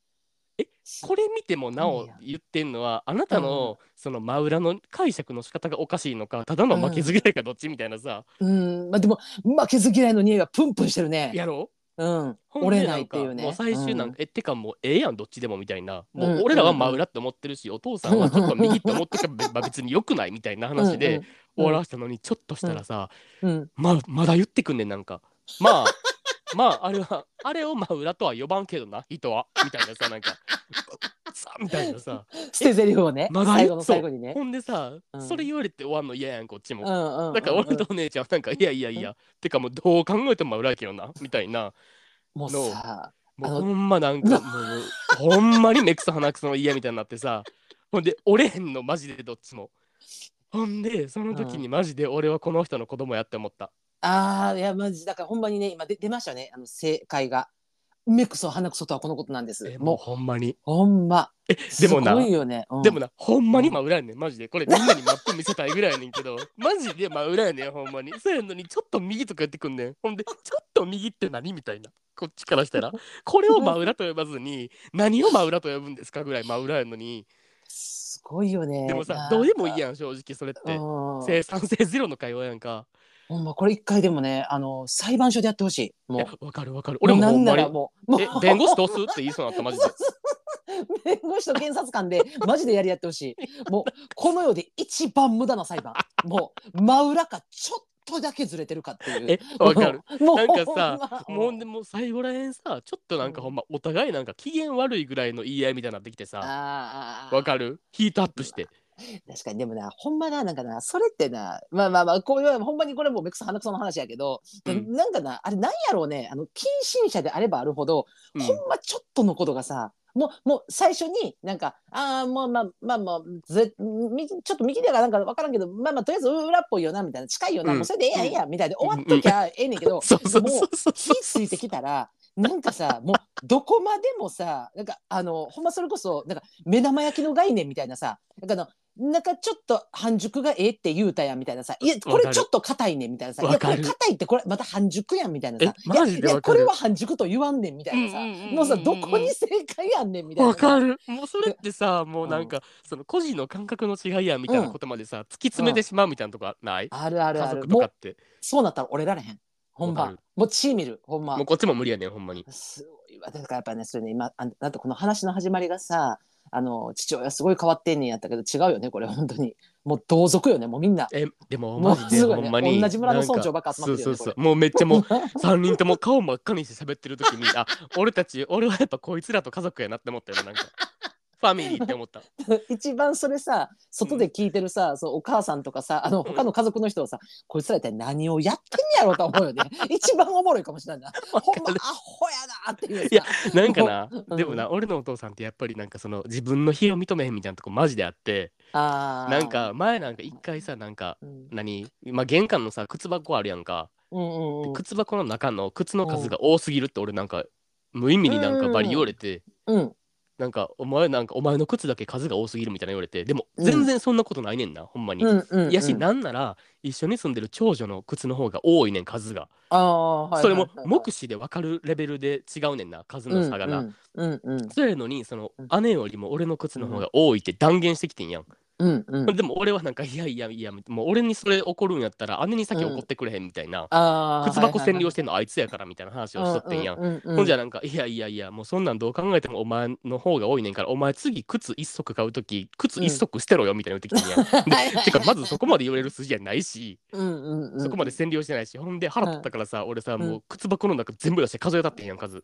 えこれ見てもなお言ってんのはあなたのその真裏の解釈の仕方がおかしいのかただの負けず嫌いかどっちみたいなさ、 うん、まあでも負けず嫌いの匂いがプンプンしてるね。 やろうん、 ほん折れなでなんかいっていうね。 もう最終なんか、 うん、 えってかもうええやんどっちでもみたいな、もううん、 俺らは真うん、 裏って思ってるしお父さんはちょっと右って思ってるから別に良くないみたいなうん、 話でうん、 終わうん、 らせたのにちょっとしうん、 たらさ、 うん。 ままだ言ってくんねんなんかまあまああれはあれを真裏とは呼ばんけどな人はみたいなさなんかさみたいなさえ捨て台詞をね、 まだ最後の言そう最後にね。 ほんでさ、 うん、うん、 それ言われて終わんの嫌やんこっちも。 うん、 だから俺うん、うん。 とお姉ちゃんはなんかいやいやいやてかもうどう考えても真裏やけどなみたいなもうのをさ、 もうあの、 ほんまなんかもうほんまに目くそ鼻くその嫌みたいになってさほんで折れへんのマジでどっちも。ほんでそのうん。 時にマジで俺はこの人の子供やって思った。 ああ、いや、マジ、だからほんまにね、今で出ましたね、あの正解が。目くそ鼻くそとはこのことなんです。 えもうもう、 ほんまにほんま、すごでもないよね。うん。 でもなほんまにうん。 真裏やねんマジでこれみんなにマップ見せたいぐらいやねんけどマジで真裏やねんほんまにそうやのにちょっと右とかやってくんねんほんでちょっと右って何みたいなこっちからしたらこれを真裏と呼ばずに何を真裏と呼ぶんですかぐらい真裏やのにすごいよね。 でもさどうでもいいなんか、 やん正直それっうてん。 生産性ゼロの会話やんか。 ほんま、これ一回でもね、あの、裁判所でやってほしい。 いやもわかるわかるう、も俺うなんもほんまにならもう、もう、 え弁護士通すって言いそうになったマジで。 弁護士と検察官でマジでやり合ってほしい。もう、この世で一番無駄な裁判。もう、真裏かちょっとだけずれてるかっていう。 えわかるもう、 なんかほんさま、 もうでも最後らへんさちょっとなんかほんまお互いなんか機嫌悪いぐらいの言い合いみたいになってきてさわああ、 かるヒートアップして確かにでもな、ほんまな、なんかな、それってな、まあまあまあ、こういう、ほんまにこれもうめくそ鼻くその話やけど、なうんなんかな、あれなんやろうね、あの、近親者であればあるほど、ほうんんまちょっとのことがさ、もう、もう最初になんか、ああ、もうまあまあまあ、ずみちょっと右だからなんか分からんけど、まあまあ、とりあえず裏っぽいよな、みたいな、近いよな、もううんそれでええやん、ええうんやん、みたいで終わっうんうんときゃええねんけど、 そうそうそもううそう火そうついてきたら、なんかさ、もうどこまでもさ、なんかあの、ほんまそれこそ、なんか目玉焼きの概念みたいなさ、なんかあの、なんかちょっと半熟がええって言うたやんみたいなさ、いや、こわかるれちょっと硬いねんみたいなさ、いや、これわかる硬いってこれまた半熟やんみたいなさ、いや、 えマジいや、これはでわかる半熟と言わんねんみたうんうんいなさ、もうさ、どこにうん正解やんねんみたうんわいなさ、 かるもうそれってさもううん、 なんかその個人の感覚の違いやみたいなうん、 ことまでさ突き詰めてうん、 しまうみたいなとこないあるある家ある。もう、 族とかってそうなったら折れられへん。ほんま。 わかるもう血見る、ほんま。 もうこっちも無理やねんほんまに。 すごいわ。だからやっぱね、それね、今、あだってこの話の始まりがさ、あの、父親すごい変わってんねんやったけど、違うよね、これ、本当に。もう同族よね、もうみんな。 えでももうマジでほすごいね。 んまに同じ村のなんか村長ばっか集まってるよね、こそうそうそうれ。 もうめっちゃもうさんにんとも顔真っ赤にして喋ってる時にあ俺たち俺はやっぱこいつらと家族やなって思ったよねなんかファミリーって思った。 一番それさ、外で聞いてるさ、そうお母さんとかさ、あの、他の家族の人はさ、こいつら一体何をやってんやろうと思うよね。一番おもろいかもしれないな。ほんまアホやなっていういやさ。 なんかなもう、 でもな、 うん、 俺のお父さんってやっぱりなんかその自分の非を認めへんみたいなとこマジであってなんああ、 か前なんか一回さなんかうん、 何まあ玄関のさ靴箱あるやんかうんでうんうん。 靴箱の中の靴の数うんが多すぎるって俺なんか無意味になんかバリ言われてうん、 なんかお前なんかお前の靴だけ数が多すぎるみたいな言われてでもうん、 全然そんなことないねんなほんまに。 うん、うん、 いやしうん。 なんなら一緒に住んでる長女の靴の方が多いねん数が。 ああ、はいそれもはいはいはい。 目視で分かるレベルで違うねんな数うん、 の差がな。 うん、うん、うん、 そうやのにそのうん、 姉よりも俺の靴の方うん、 が多いって断言してきてんやん。 うん、うん、 でも俺はなんかいやいやいやもう俺にそれ怒るんやったら姉に先怒ってくれへんみたいな。 ああ、 靴はいはいはい。 箱占領してんのあいつやからみたいな話をしとってんやん。 うん、うん、うん、 ほんじゃなんかいやいやいやもうそんなんどう考えてもお前の方が多いねんからお前次靴一足買うとき靴一うん。 足捨てろよみたいな言ってきてんやん。ではいはいてかまずはい。 そこまで言われる筋じゃないしうん、うん、うん、 そこまで占領してないしほんで腹立ったからさ俺さうん。 もう靴箱の中全部出して数えたってんやん数。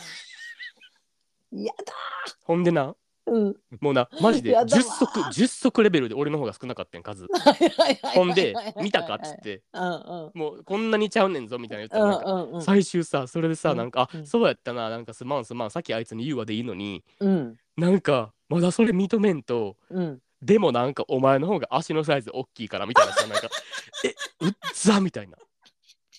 やだ。 ほんでなうん。 もうなマジでやだわじゅっ足じゅっ足レベルで俺の方が少なかったん数。 はいはいはいほんではいはいはい見たかっつってうんうん。 もうこんなにちゃうねんぞみたいな言ったうらなんかんうんうん。 最終さそれでうんさなんかあうんそうやったななんかすまんすまんさっきあいつに言うわでいいのにうん。 なんかまだそれ認めんとうん。 でもなんかお前の方が足のサイズ大きいからみたいなさなんかえうっざみたいな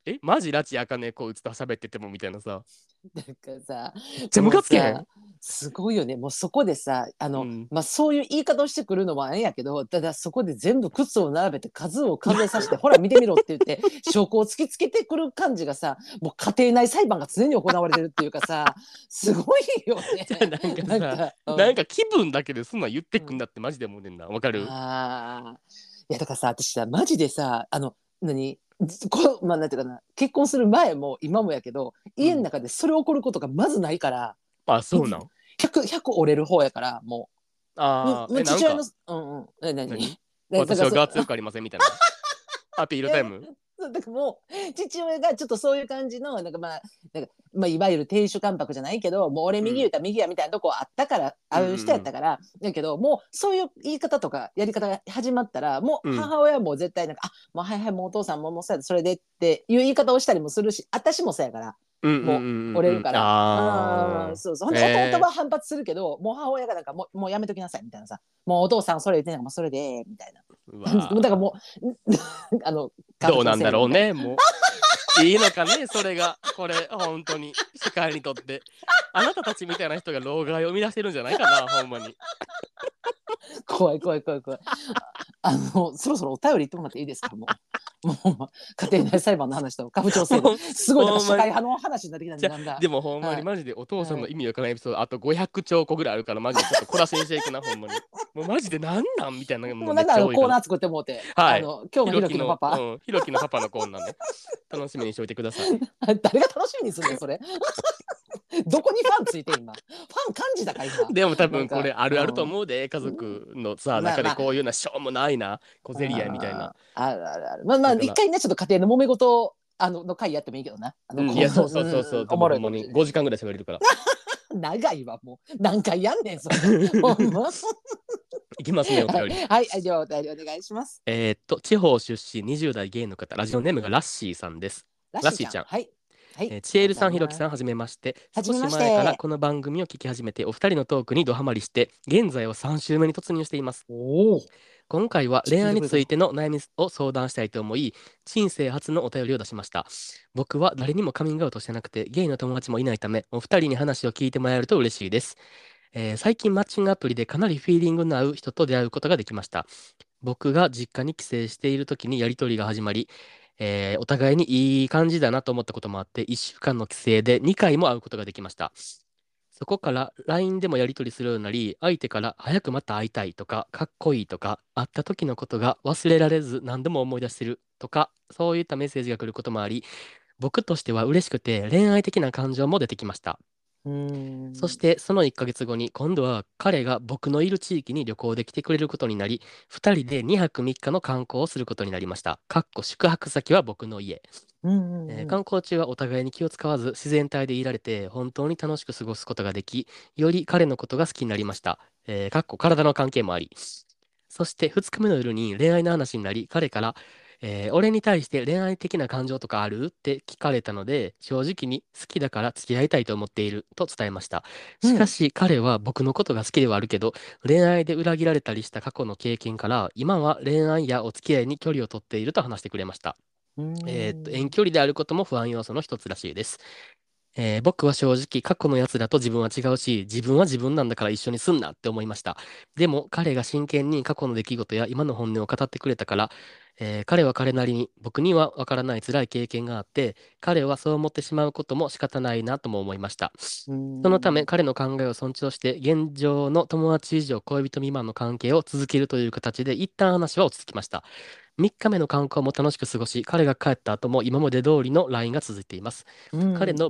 えマジ拉致あかねえこいつと喋っててもみたいなさ。 なんかさ、 めっちゃムカつけへん？ もうさすごいよね。もうそこでさ、あの、 うん。 まあ、そういう言い方をしてくるのもあれやけど、ただそこで全部靴を並べて数を数えさせて、ほら見てみろって言って、証拠を突きつけてくる感じがさ、もう家庭内裁判が常に行われてるっていうかさ、すごいよね。 じゃあなんかさ、 なんか、うん。 なんか気分だけでそんなん言ってうん、 くんだってマジで思うねんな。わかる？ ああ。いやだからさ、私さ、マジでさ、あの、何ずこまあ、なんていうかな、結婚する前も今もやけど、家のうん。 中でそれ起こることがまずないから、 あ、 もうそうなん？ ひゃく、ひゃく折れる方やから、もう、もあー、 うえ、なんか、 父親の、うんうん、え、何何ね、だからそ、 私はガー強くありませんみたいな。アピーいや、 ルタイム？ そうだからもう、父親がちょっとそういう感じの、なんかまあ、なんかまあ、いわゆる亭主関白じゃないけど、もう俺うん。 右言うたら右やみたいなとこあったから、 うんうある人やっんたから、だけど、もうそういう言い方とかやり方が始まったら、もううん。うん。 母親も絶対なんか、あ、もうはいはい、もうお父さんももうそれでっていう言い方をしたりもするし、私もそうやから、 うんうんもううんうんうん。 折れるから、うん、 あそうそう。ほんー。 で弟えは反発するけど、もう母親がなんかもう、もうやめときなさいみたいなさ、もうお父さんそれ言ってんのもうそれで、みたいなー、う感じ。だからわもう、あの、家父ー。どうなん長制度みたいな。 だろうね、もう。いいのかね、それが。これ、本当に。社会にとって。あなたたちみたいな人が老害を生み出してるんじゃないかな、ほんまに。 怖い怖い怖い怖い。あの、そろそろお便り言ってもらっていいですか、もう。もう、家庭内裁判の話と家父長制度。 ほんすごい、なんかほんまに。 社会派の話になってきたんで、 じゃ、 なんだ。 でもほんまにはい。 マジでお父さんはい。 の意味わからないエピソード、あとごひゃく兆個ぐらいあるから、マジでちょっと小出しにしていくな、ほんまに。もうマジでなんなんみたいなのめっもうなんだ、あの、 ちゃ多いから。 コーナー作ってもうて、 はい。 あの、今日のひろひろきの、うきのパパ。 ん、ひろきのパパのコーナーね。楽しみにしておいてください。 誰が楽しみにすんねん、それ。どこにファンついて、今。ファン感じたか、今。 でも多分これなんか、 あるあるとうん。 思うで、家族のさ、中でまあまあ、 こういうなしょうもないな、小競り合いみたいな。 ああるあるある。まあまあ、 だから、 一回ね、ちょっと家庭の揉め事、あの、の回やってもいいけどな。あの、 うん、いこう、 や、そうそうそうそう、 うん、おも多分ほんまにろいかもしれない。 ごじかんぐらい喋れるから。 長いわ、もう。何回やんねん、それ。ほんま。 いきますね、おはい、 便り。 はい、じゃあお便りお願いします。 えーっと、地方出身にじゅう代ゲイの方、ラジオネームがラッシーさんです。 ラッシーちゃん。 ラッシーちゃん。 はい。はい。 えーありがとうござチエルさん、ひろきさん、 います。 はじめまして。 はじめまし少し前からて。 この番組を聞き始めて、お二人のトークにドハマりして、現在はさん週目に突入しています。 おお。 今回は恋愛に聞いてくれてる。 ついての悩みを相談したいと思い、人生初のお便りを出しました。僕は誰にもカミングアウトしてなくて、ゲイの友達もいないため、お二人に話を聞いてもらえると嬉しいです。えー最近マッチングアプリでかなりフィーリングの合う人と出会うことができました。僕が実家に帰省している時にやりとりが始まり、えーお互いにいい感じだなと思ったこともあって、いっしゅうかんの帰省でにかいも会うことができました。そこから ライン でもやり取りするようになり、相手から早くまた会いたいとか、かっこいいとか、会った時のことが忘れられず何度も思い出してるとか、そういったメッセージが来ることもあり、僕としては嬉しくて恋愛的な感情も出てきました。 うーん。 そしてそのいっかげつごに今度は彼が僕のいる地域に旅行で来てくれることになり、ふたりでにはくみっかの観光をすることになりました。かっこ宿泊先は僕の家。 うんえーうんうん。 観光中はお互いに気を使わず自然体でいられて本当に楽しく過ごすことができ、より彼のことが好きになりました。えーかっこ体の関係もあり。そしてふつかめの夜に恋愛の話になり、彼から、えー俺に対して恋愛的な感情とかあるって聞かれたので、正直に好きだから付き合いたいと思っていると伝えました。しかうん。 し彼は僕のことが好きではあるけど、恋愛で裏切られたりした過去の経験から、今は恋愛やお付き合いに距離を取っていると話してくれました。 うーえーっと、遠ん。 距離であることも不安要素の一つらしいです。えー僕は正直過去のやつらと自分は違うし、自分は自分なんだから一緒にすんなって思いました。でも彼が真剣に過去の出来事や今の本音を語ってくれたから、えー彼は彼なりに僕にはわからない辛い経験があって、彼はそう思ってしまうことも仕方ないなとも思いました。 うーそのためん。 彼の考えを尊重して、現状の友達以上恋人未満の関係を続けるという形で一旦話は落ち着きました。みっかめの観光も楽しく過ごし、彼が帰った後も今まで通りの ライン が続いています。 うん。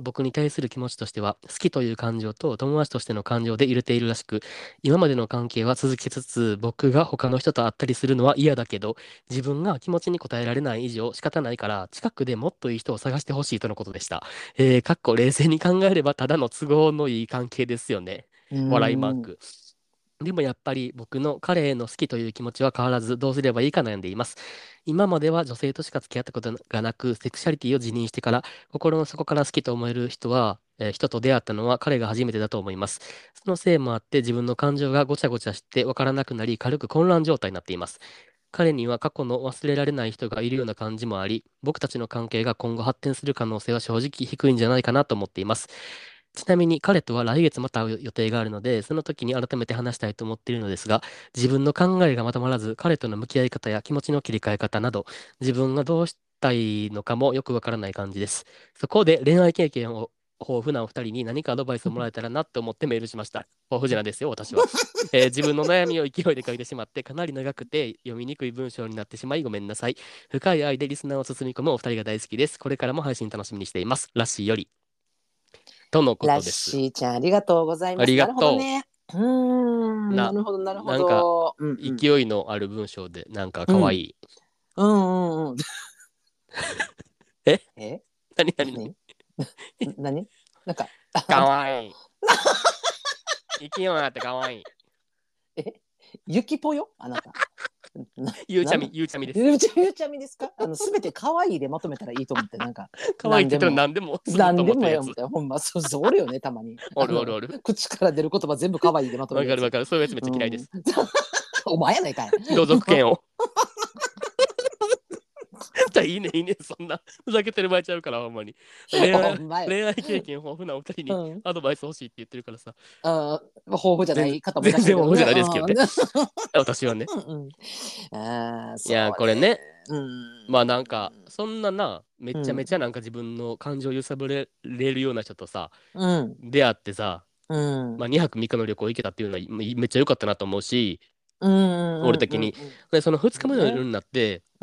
彼の僕に対する気持ちとしては、好きという感情と友達としての感情で揺れているらしく、今までの関係は続けつつ、僕が他の人と会ったりするのは嫌だけど、自分が気持ちに応えられない以上仕方ないから、近くでもっといい人を探してほしいとのことでした。えー、かっこ冷静に考えればただの都合のいい関係ですよね。 うー笑いマーん。 ク。でもやっぱり僕の彼への好きという気持ちは変わらずどうすればいいか悩んでいます。今までは女性としか付き合ったことがなく、セクシャリティを自認してから心の底から好きと思える人は、えー人と出会ったのは彼が初めてだと思います。そのせいもあって自分の感情がごちゃごちゃしてわからなくなり軽く混乱状態になっています。 彼には過去の忘れられない人がいるような感じもあり、僕たちの関係が今後発展する可能性は正直低いんじゃないかなと思っています。ちなみに彼とは来月また会う予定があるので、その時に改めて話したいと思っているのですが、自分の考えがまとまらず、彼との向き合い方や気持ちの切り替え方など、自分がどうしたいのかもよくわからない感じです。そこで恋愛経験を豊富なお二人に何かアドバイスをもらえたらなと思ってメールしました。豊富じゃないですよ、私は。えー自分の悩みを勢いで書いてしまって、かなり長くて読みにくい文章になってしまいごめんなさい。深い愛でリスナーを包み込むお二人が大好きです。これからも配信楽しみにしています。らしいより。とのこラッとです。 シーちゃん、ありがとうございあります。なるほどがとね。うーん、 う。な、 なるほど、なるほなんか、 ど。うんうん。 勢いのある文章で、なんかうん、 可愛い。 うんうんうん。 ええ何何何何何なんか、あ、 可愛い。勢いあって可愛い。 えゆきぽよあなた。な、 ゆうちゃみ、 なんなんゆうちゃみです。 ゆうちゃゆうちゃみですか？あの、すべて可愛いでまとめたらいいと思って、なんか、 可愛いって言ってもなんでも。 何でもするとなんで思ってるやつ。 もええよみたいな、ほんま、そうそう、おるよね、たまに。 おあの、 るおるおる。 口から出る言葉全部可愛いでまとめるやつ。 わかるわかる。そういうやつめっちゃ嫌いでうん。 す。 お前やないかい。 同族嫌悪。じゃあいいねいいね。そんなふざけてる場合ちゃうから、ほんまに。恋愛、 お前。 恋愛経験豊富なお二人にうん。 アドバイス欲しいって言ってるからさ。 あー、豊富じゃな全然、 い方もい全らっしゃるけどね。 然豊富じゃないですけどね。私はね。 うんうん。ああ、 いや、 そうね。 これね。 うまあなんか、 ん。 そんなな、めうん。 ちゃめちゃなんか自分の感情を揺さぶれれるような人とさ、 うん。 出会ってさ、 うん。 まあにはくみっかの旅行行けたっていうのはめめっちゃ良かったなと思うし、 うんうんうんうん俺的に。で、その2日目の夜うん。ね。 になって、 うん。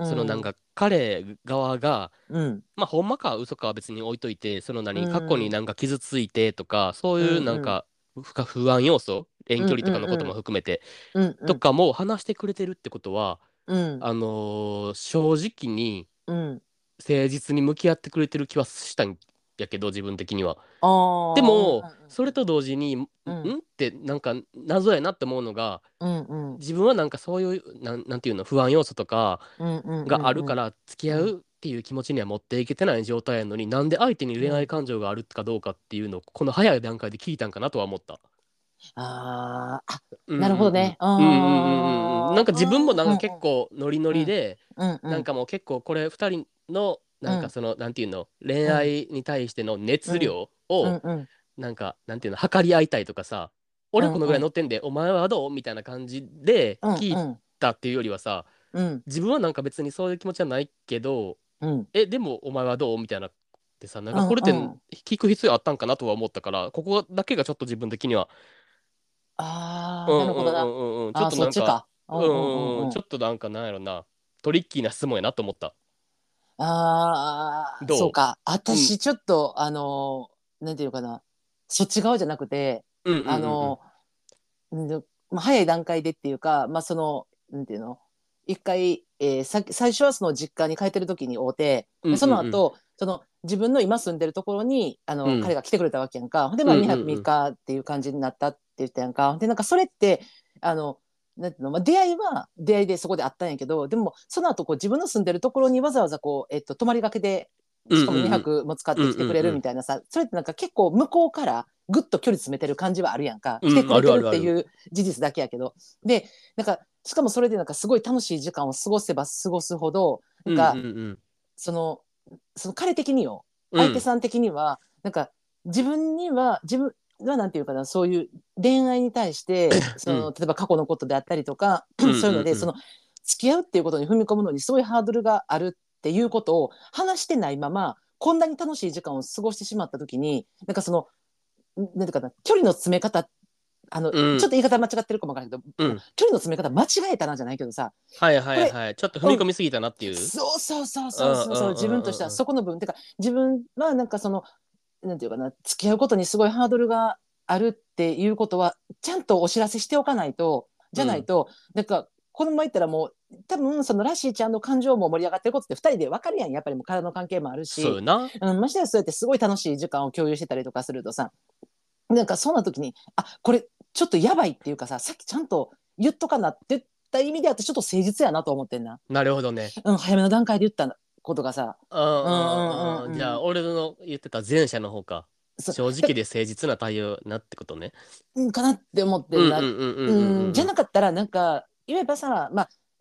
そのなんか彼側が、 うん。 まあほんまか嘘かは別に置いといて、そのう何、過去にん。 なんか傷ついてとか、そうういうんうん。 なんか不不安要素、遠距離うんうとかのこともんうん。 含めて、 うんうん。 とかも話してくれてるってことは、 うん。 あのー正直にうん。 誠実に向き合ってくれてる気はしたんやけど、自分的には。 あでも、 あ、 それと同時に、んんうんうんってなんか謎やなって思うのが、 うんうんうん自分はなんかそういう、なん、なんていうの、不安要素とかうんうんうがあるんうんから付き合うん。 うっていう気持ちには持っていけてない状態やのに、なんで相手に恋愛感情があるかどうかっていうのをこの早い段階で聞いたんかなとは思った。 ああ、あ、 うんなるほどね。 うんうん。 ううんうんうんうん。なんん。 か自分もなんかうん結構ノリノうんリで、 うんうんなんかもう結構これ二人のなんかうんそのなんていうの恋うん愛に対してのうん熱量をうんうんなんかなんていうの測り合いたいとかさ、俺このぐらいうんうん乗ってんでお前はどうみたいな感じで聞いうんたっていうよりはさ、 うん自分はなんか別にそういう気持ちはないけど、 うんえでもお前はどうみたいなってさ、なんうかこれってんうん。 聞く必要あったんかなとは思ったから、ここだけがちょっと自分的にはああ、なうんうんうるほどな。 んうんうん。ちょっああ、 となんか、 そっちか。うんうんうんううんうん。 んうん。 ちょっとなんかなんやろな。トリッキーな質問やなと思った。 ああ、そうどか。 ううん。 私ちょっとあのーなんていうのかな。そっち側じゃなくて、 うんうんあうんうん。 のーんまあ、早い段階でっていうか、まあそのなんていうの、一回、えーさ最初はその実家に帰ってる時に会うて、でそうんうんうん。 の後その自分の今住んでるところにあの彼うんが来てくれたわけやんか。ほんでまうんあにはく3 うんうん。 日っていう感じになったって言ったやんか。でなんかそれってあのなんていうの、まあ、出会いは出会いでそこであったんやけど、でもその後こう自分の住んでるところにわざわざこう、えっと、泊まりがけでうんうんしかも2 うん。 泊も使っうんてきてくれうんうん。 るみたいなさ、それってなんか結構向こうからぐっと距離詰めてる感じはあるやんか。来てうん、あくれてるあるある。 るっていう事実だけやけど。で、なんか、しかもそれでなんかすごい楽しい時間を過ごせば過ごすほど、なんうんうんか、 うん。 その、その彼的によ、 うん。 相手さん的には、なんか自分には、自分はなんていうかな、そういう恋愛に対して、その、 うん例えば過去のことであったりとか、 うんそういうので、その、 うんうん。 付き合うっていうことに踏み込むのにすごいハードルがあるっていうことを話してないまま、こんなに楽しい時間を過ごしてしまった時に、なんかその、なんていうかな、距離の詰め方、あの、ちょっとうん言い方間違ってるかもわからないけど、 うん。 距離の詰め方間違えたなじゃないけどさ、 はいはこれ、 いはい。ちょっと踏みうん、 込みすぎたなっていう。 そうそうそううんうそうそうそう、自分としてはんうんうんうん。 そこの分、てか、自分はなんかその、なんていうかな、付き合うことにすごいハードルがあるっていうことは、ちゃんとお知らせしておかないと、じゃないうん。 と、なんか、このまま言ったらもう、多分そのラッシーちゃんの感情も盛り上がってることってふたりで分かるやん。やっぱりもう体の関係もあるし、 そうよな。 うん、ましてやそうやってすごい楽しい時間を共有してたりとかするとさ、なんかそんな時に、あ、これちょっとやばいっていうかさ、さっきちゃんと言っとかなって言った意味であってちょっと誠実やなと思ってんな。 なるほどね。 うん、早めの段階で言ったことがさ、 うんうんううんうん。じゃあ、 んうんうん。 俺の言ってた前者の方か。 そ正直で誠実な対応なってことね。 うんかなって思ってうんうんんな。 うんうんうんうん、じゃうんなかったらなんか言えばさ、まあ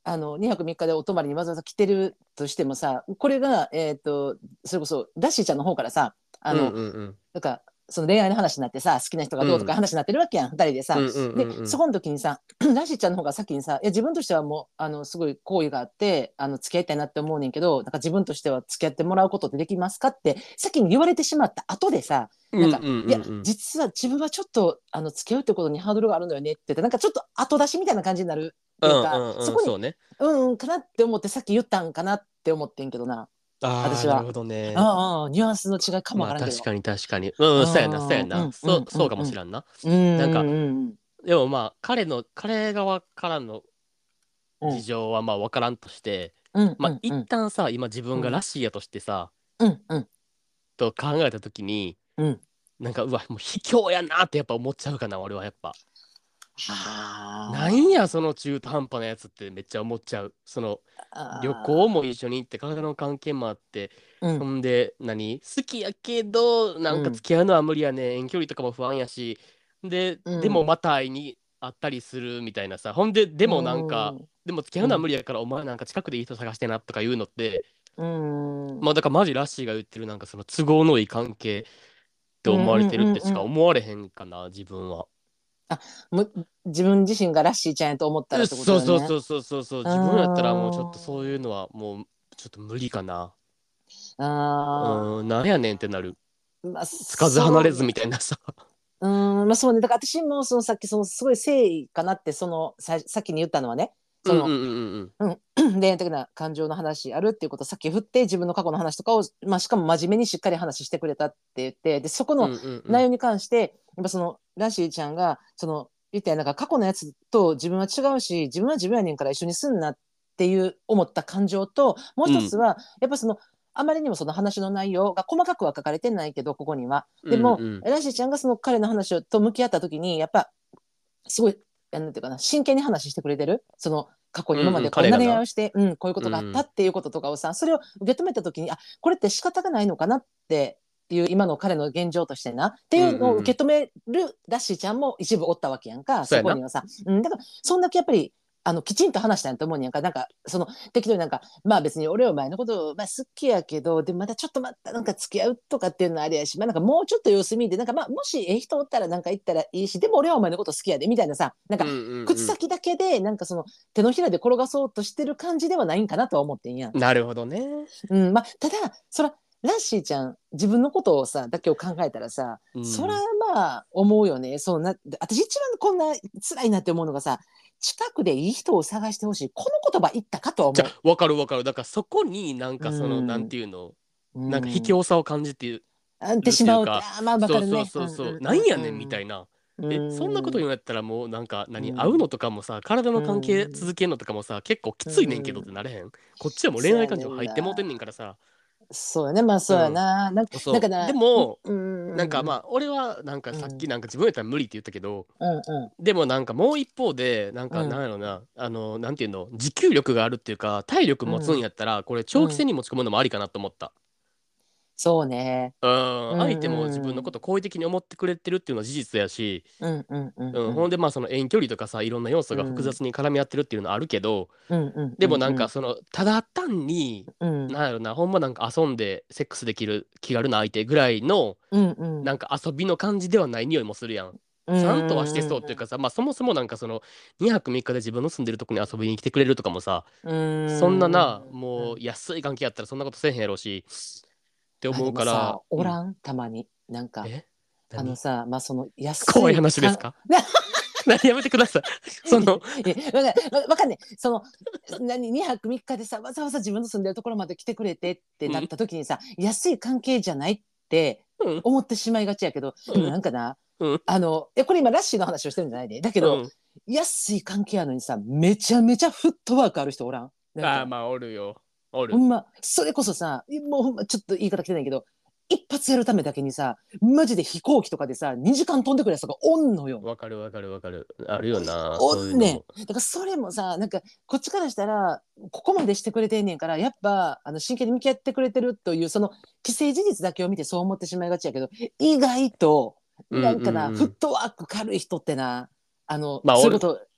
あのにはくみっかでお泊まりにわざわざ来てるとしてもさ、これが、えー、とそれこそダッシーちゃんの方からさ、あうんのうんうんなんかその恋愛の話になってさ、好きな人がどうとか話になってるわけやん、ふたりでさ。 うんうんうでんうんそこの時にさダッシーちゃんの方が先にさ、いや自分としてはもうあのすごい好意があってあの付き合いたいなって思うねんけど、なんか自分としては付き合ってもらうことってできますかって先に言われてしまった後でさ、なんか、 うんうんうんいやうん実は自分はちょっとあの付き合うってことにハードルがあるのよねって言って、なんかちょっと後出しみたいな感じになるっていうか、 うんうんそこにうんそうね。 うんうんかなって思ってさっき言ったんかなって思ってんけどな、私は。 ああなるほどね。 ああニュアンスの違いかもわまあからんけど。 確かに確かに。うんうんそうやなそうやああうんうな。そうそうかんうんうんもしらんな。 うんなんかうんでもまあ彼の彼側からのうん事情はまあ分からんとして、 うんうまあ一んうん旦さ今自分がうんラッシーやとしてさうんうんと考えた時にうんなんかうわもう卑怯やなってやっぱ思っちゃうかな俺はやっぱ。なんあやその中途半端なやつってめっちゃ思っちゃう。その旅行あも一緒に行って体の関係もあってうんほんで何好きやけどなんかうん付き合うのは無理やね遠距離とかも不安やしででもうんまた会いに会ったりするみたいなさほんででうもなんかんでも付き合うのはうん無理やからお前なんか近くでいい人探してなとか言うのってうんうんまあだからマジラッシーが言ってるなんかその都合のいい関係ってうん思われてるっうんてしか思われへんかな自分は。 あむ自分自身がラッシーちゃんやと思ったらってことそうよね。 そうそうそうそうそうう自分やったらもうちょっとそういうーんのはもうちょっと無理かな。うーんあなんやねんってなる。 ーまあつかず離れずそうね。 みたいなさ。 うーんまあそうね、だから私もそのさっきそのすごい誠意かなってそのさ先に言ったのはね、そのうんうんうんうん恋愛的な感情の話あるっていうことをさっき振って自分の過去の話とかを、まあ、しかも真面目にしっかり話してくれたって言って、でそこうんのうんうん内容に関してやっぱそのラッシーちゃんがその言ったよなんか過去のやつと自分は違うし自分は自分やねんから一緒にすんなっていう思った感情と、もううん一つはやっぱそのあまりにもその話の内容が細かくは書かれてないけどここにはうんでも、 うんラッシーちゃんがその彼の話をと向き合った時にやっぱすごいなんていうかな真剣に話してくれてる、その過去に今まうんうんでこんな恋愛彼がな。 をして、うん、こういうことがあったうんっていうこととかをさ、それを受け止めた時にあこれって仕方がないのかなっていう今の彼の現状としてなっていうのをうんうんうん受け止めるラッシーちゃんも一部おったわけやんか、 そうやな。 そこにはさ、うん、だからそんだけやっぱりあのきちんと話したんやと思うんやんか。なんかその適当になんかまあ別に俺はお前のことを、まあ、好きやけどでもまだちょっと待ったなんか付き合うとかっていうのはあれやし、まあ、なんかもうちょっと様子見てなんかまあもしええ人おったらなんか言ったらいいしでも俺はお前のこと好きやでみたいなさ、なんかうんうん口先だけでなんかその手のひらで転がそうとしてる感じではないんかなとは思ってんやん。 うん。なるほどね。 うんまあ、ただそらラッシーちゃん自分のことをさだけを考えたらさ、 うんそらまあ思うよね。そうな私一番こんな辛いなって思うのがさ、近くでいい人を探してほしいこの言葉言ったかとは思じゃあわかるわかる。だからそこになんう。 かそのなんうんていうのうなんか卑ん怯さを感じてるあんっててしまうっていうかあまあわそうそうかるね。 そうそううんうんなんやねんみうんたいな。 うえそんなことん言うんやったらもうなんかう何会うんのとかもさ体うの関係ん続けるのとかもさ結構きうついねんけどっんてなれへん。こっちはもう恋愛感情そうやねん入ってもうてんねんな。 からさ。 そうやね、まあそうやうんな。な、なんそうでかな、 もうんうなんかんうんまあ俺はなんかさっきうんなんか自分やったら無理って言ったけどうんうんでもなんかもう一方でなんかなんうんやろなあのなんていうの持久力があるっていうか体力持つんうんやったらこれ長期うん戦に持ち込むのもありかなと思った。 そうね。 うん相うん手も自分のうんこと好意的に思ってくれてるっていうのは事実やし、 うんうんうんうん、 うんほんでまあその遠距離とかさいろんな要素が複うん雑に絡み合ってるっていうのはあるけどうんうんでもなんうんかそのただ単にうんなんやろなほんまなんか遊んでセックスできる気軽な相手ぐらいのうんうんなんか遊びの感じではない匂いもするやん。 うちゃんとはしてそうっていうんかさ、まあそもそもなんかそのにはくみっかで自分の住んでるとこに遊びに来てくれるとかもさ、 うそんなんな、もううん安い関係やったらそんなことせえへんやろうし、ってあで思うから、 もさおうん。 らんたまになんかえ何あのさまあその安怖いいかん話ですか何やめてください。その、 いやわかんわわかんないその何にはくみっかでさわざわざ自分の住んでるところまで来てくれてってなっうん、 た時にさ安い関係じゃないってうん、 思ってしまいがちやけど、でもうん、 なんかなうん、 あのいやこれ今ラッシーの話をしてるんじゃないでだけどうん。 安い関係やのにさめちゃめちゃフットワークある人おらんなんああ、 かまあ、おるよ。おる。 ほんまそれこそさもうほんまちょっと言い方汚いけど一発やるためだけにさマジで飛行機とかでさにじかん飛んでくるやつとかおんのよ。 わかるわかるわかる。あるよな、 おんねん。 そういうのも。 だからそれもさなんかこっちからしたらここまでしてくれてんねんからやっぱあの真剣に向き合ってくれてるというその既成事実だけを見てそう思ってしまいがちやけど意外とうんなんかな、 うんうん。 フットワーク軽い人ってなあのまあ、おる。 そういうこと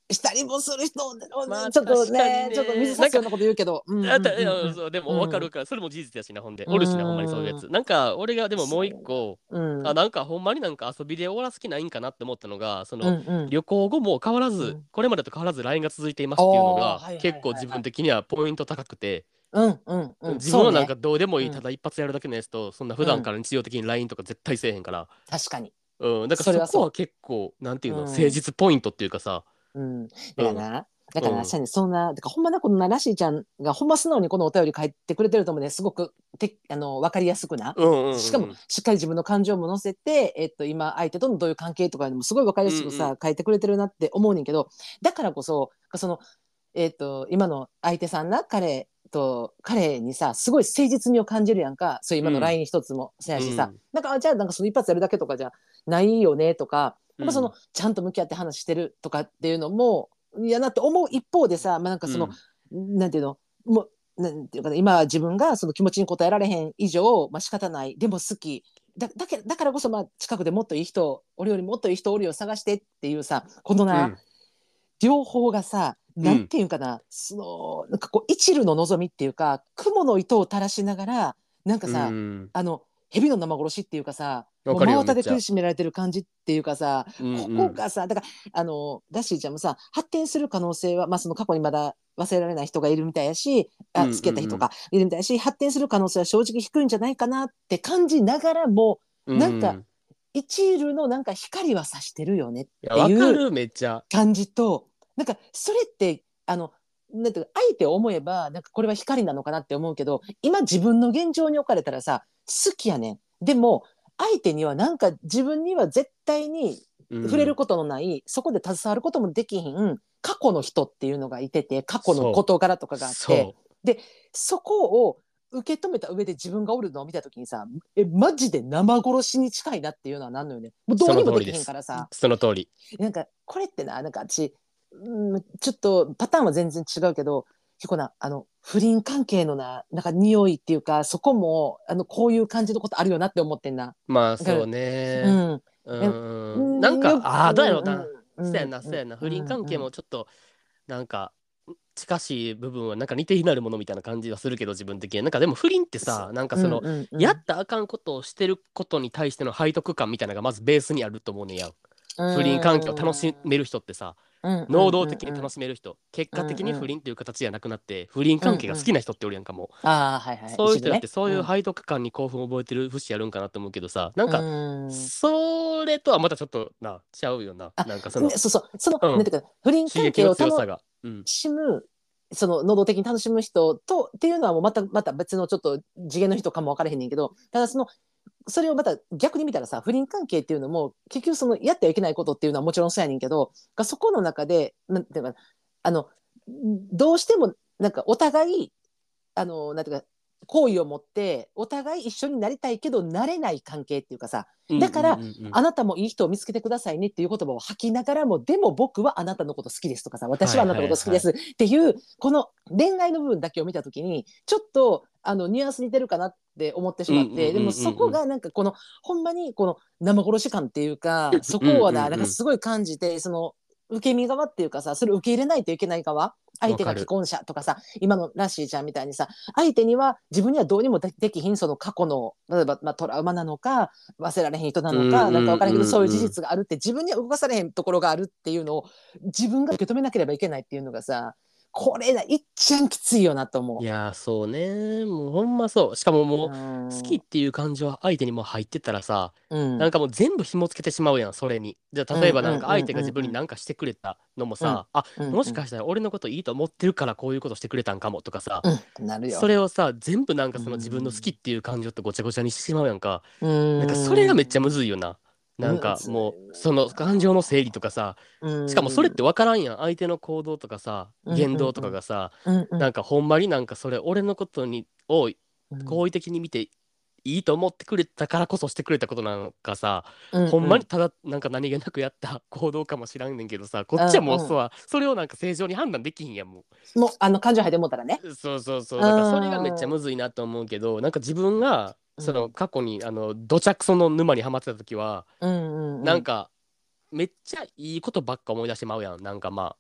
したりもする人、 まあちょっと確かにねねちょっと水差すようなこと言うけど、うんうんあたいやうんそうでも分かるから、それも事実やしな、ほんでうおるしな、ほんまにそういうやん、うーん、 つ。なんか俺がでももう一そう個、 うんあなんかほんまになんか遊びで終わらす気ないんかなって思ったのが、そうのんうん旅行後も変わらず、 うんこれまでと変わらず ライン が続いていますっていうのがおーはいは結構いはいはい、 自分的にはポイント高くて、 うんうんうん、 自分はなんかそうね、 どうでもいいたうんだ一発やるだけのやつと、そんな普段かうん、 ら日常的に ライン とか絶対せえへんから、 確かにうん、なんかそれはそそこは結構なんていうう、 の誠うん実ポイントっていうかさ、 うん、 うん、 だからな、だからな、 うん、 しゃね、そんな、だからほんまな、このな、らしーちゃんがほんま素直にこのお便り書いてくれてると思うね、すごくて、あの、わかりやすくな。 うん、うん、 しかも、 うん、 しっかり自分の感情も乗せて、えっと、今、相手とのどういう関係とかにもすごいわかりうん、 やすくうん、 さ、書いてくれてるなって思うねんけど、だからこそ、その、えっと、今の相手さんな、彼と、彼にさ、すごい誠実味を感じるやんか、そういう今のうん、 ライン 一つも、そうやしさ、 うん、 なんか、あじゃあ、なんかその一発やるだけとかじゃないよね、とか、やっぱその、 うん、 ちゃんと向き合って話してるとかっていうのも、嫌なって思う一方でさ、まあ、なんかその、 うん、 なんていうの、もう、なんていうかな、今自分がその気持ちに応えられへん以上、まあ仕方ない、でも好き。だだけだからこそ、まあ、近くでもっといい人、俺よりもっといい人おるよ探してっていうさ、このな、 うん、 両方がさ、なんうん、 ていうかな、その、なんかこう、一縷の望みっていうか、雲の糸を垂らしながら、なんかうさ、 ん、 あの、蛇の生殺しっていうかさ、もうわかるよ、 真綿でめっちゃ。 苦しめられてる感じっていうかさ、 うん、 こうん、 こがさ、だから、あの、ラッシーちゃんもさ、発展する可能性は、まあ、その過去にまだ忘れられない人がいるみたいやし、 うん、 あ、 うん、 好きやった人うん、 がいるみたいやし、発展する可能性は正直低いんじゃないかなって感じながらも、 うなんか、 ん。 一縷のなんか光は差してるよねっいや、 ていうわかる、めっちゃ。 感じと、なんかそれってあのなんていうか相手を思えばなんかこれは光なのかなって思うけど、今自分の現状に置かれたらさ、好きやねん。でも相手にはなんか自分には絶対に触れるうん、 ことのない、そこで携わることもできひん過去の人っていうのがいてて、過去のそう、 事柄とかがあって、 そでそこを受け止めた上で自分がおるのを見た時にさ、えマジで生殺しに近いなっていうのはなんのよね。もうう、そのどうにもでき通りです。 へんからさ、 その通り。 なんかこれってな、なんか私、うん、ちょっとパターンは全然違うけど、結構な、あの、不倫関係のな、なんか匂いっていうか、そこも、あの、こういう感じのことあるよなって思ってんな。 まあ、そうだから、うね。 ん。 うえうん。なんか、 んよく、 ああ、どうやろううん、 な。 うん、 そうやな、 うん、 そうやな。 うん、 不倫関係うん、 もちょっと、なんか、近しい部分はなんか似て非なるものみたいな感じはするけど、自分的になんかでも不倫ってさ、 そう、うん、 なんかそのうん、うん、 やったらあかんことをしてることに対しての背徳感みたいなのがまずベースにあると思うねやん。 う不倫関係を楽しめん、 る人ってさ、 うん、うん、 能動的にうん、 楽しめる人、結うん、 果的にうん、 不倫っていう形じゃなくなって不倫うん、 関係が好うん。 きな人っておるやんかもう。 ああ、はいはい、 そういう人だって一部ね。うん、 そういう背徳感に興奮を覚えてる節あるんかなと思うけどさ、なんうかん。 それとはまたちょっとなちゃうよな、 あ、 なんかその、 そうそう、その、 うん、 なんていうか、不倫関刺激の係を楽強さが。うん、 しむ、その能動的に楽しむ人とっていうのはもうまたまた別のちょっと次元の人かも分からへんねんけど、ただそのそれをまた逆に見たらさ、不倫関係っていうのも結局そのやってはいけないことっていうのはもちろんそうやねんけど、そこの中でなんていうか、あのどうしてもなんかお互い、あのなんていうか、好意を持ってお互い一緒になりたいけどなれない関係っていうかさ、 うん、うん、 だからうん、うん。 あなたもいい人を見つけてくださいねっていう言葉を吐きながらも、でも僕はあなたのこと好きですとかさ、私はいはあなたはいはい。 のこと好きですっていうこの恋愛の部分だけを見た時にちょっとあのニュアンス似てるかなって思ってしうん、うん、 まって、でもそこうん、 がなんかこのほんまにこの生殺し感っていうか、そうん、うん、 こをうん、うん。 ななんかすごい感じて、その受け身側っていうかさ、それを受け入れないといけない側、相わかる。 手が既婚者とかさ、今のラッシーちゃんみたいにさ、相手には自分にはどうにもできひんその過去の例えば、まあ、トラウマなのか忘れられへん人なうん、 のかなんか分うん、 からんけど、そういう事うん、うん。 実があるって自分には動かされへんところがあるっていうのを自分が受け止めなければいけないっていうのがさ、これいっちゃんきついよなと思いやー、そうね。もうほんまそう。しかももう。 う、 う好ん、うん、 きっていう感情は相手にもう入ってたらさ、 うん、 なんかもう全部紐付けてしまうやん、それに。じゃあ、例えうん、 ばなんか相うん、 手が自分にうん、 何かしてくれたのもうん、 さ、あ、 うん、うん、 もしかしたら俺のこといいと思ってるからこういうことしてくれたんかもとかさ、 うん、なるよ。 それをさ、全部なんかうその自分の好きっん、 ていう感情ってごちゃごちゃにしてしまうやんか。 うなんかそれがめっちゃむん、 ずいよな。なんむかもう、 ずいその感情の整理とかさ、 な。 しかもそれっうん、 て分からんやん。相手の行動とかさ、 うん、うん、 言動とうん、 かがさ、 うん、うん、 なんかほんまになんかそれ俺のことにをうん、 好意的に見ていいと思ってくれたからこそしてくれたことなのかさ、 うん、 ほんうん、 まにただなんか何気なくやった行動かもしらんねんけどさ、こっちはもううん、 そうはそれをなんか正常に判断できひんやんももうあの感情入ってもうたらね。 う。そうそうそう。 うだからそれがめっちゃん、 むずいなと思うけど、なんか自分がそのうん、 過去にあのどちゃくその沼にはまってた時は、 うん、うん、うん、 なんかめっちゃいいことばっか思い出してまうやん。なんかまあ。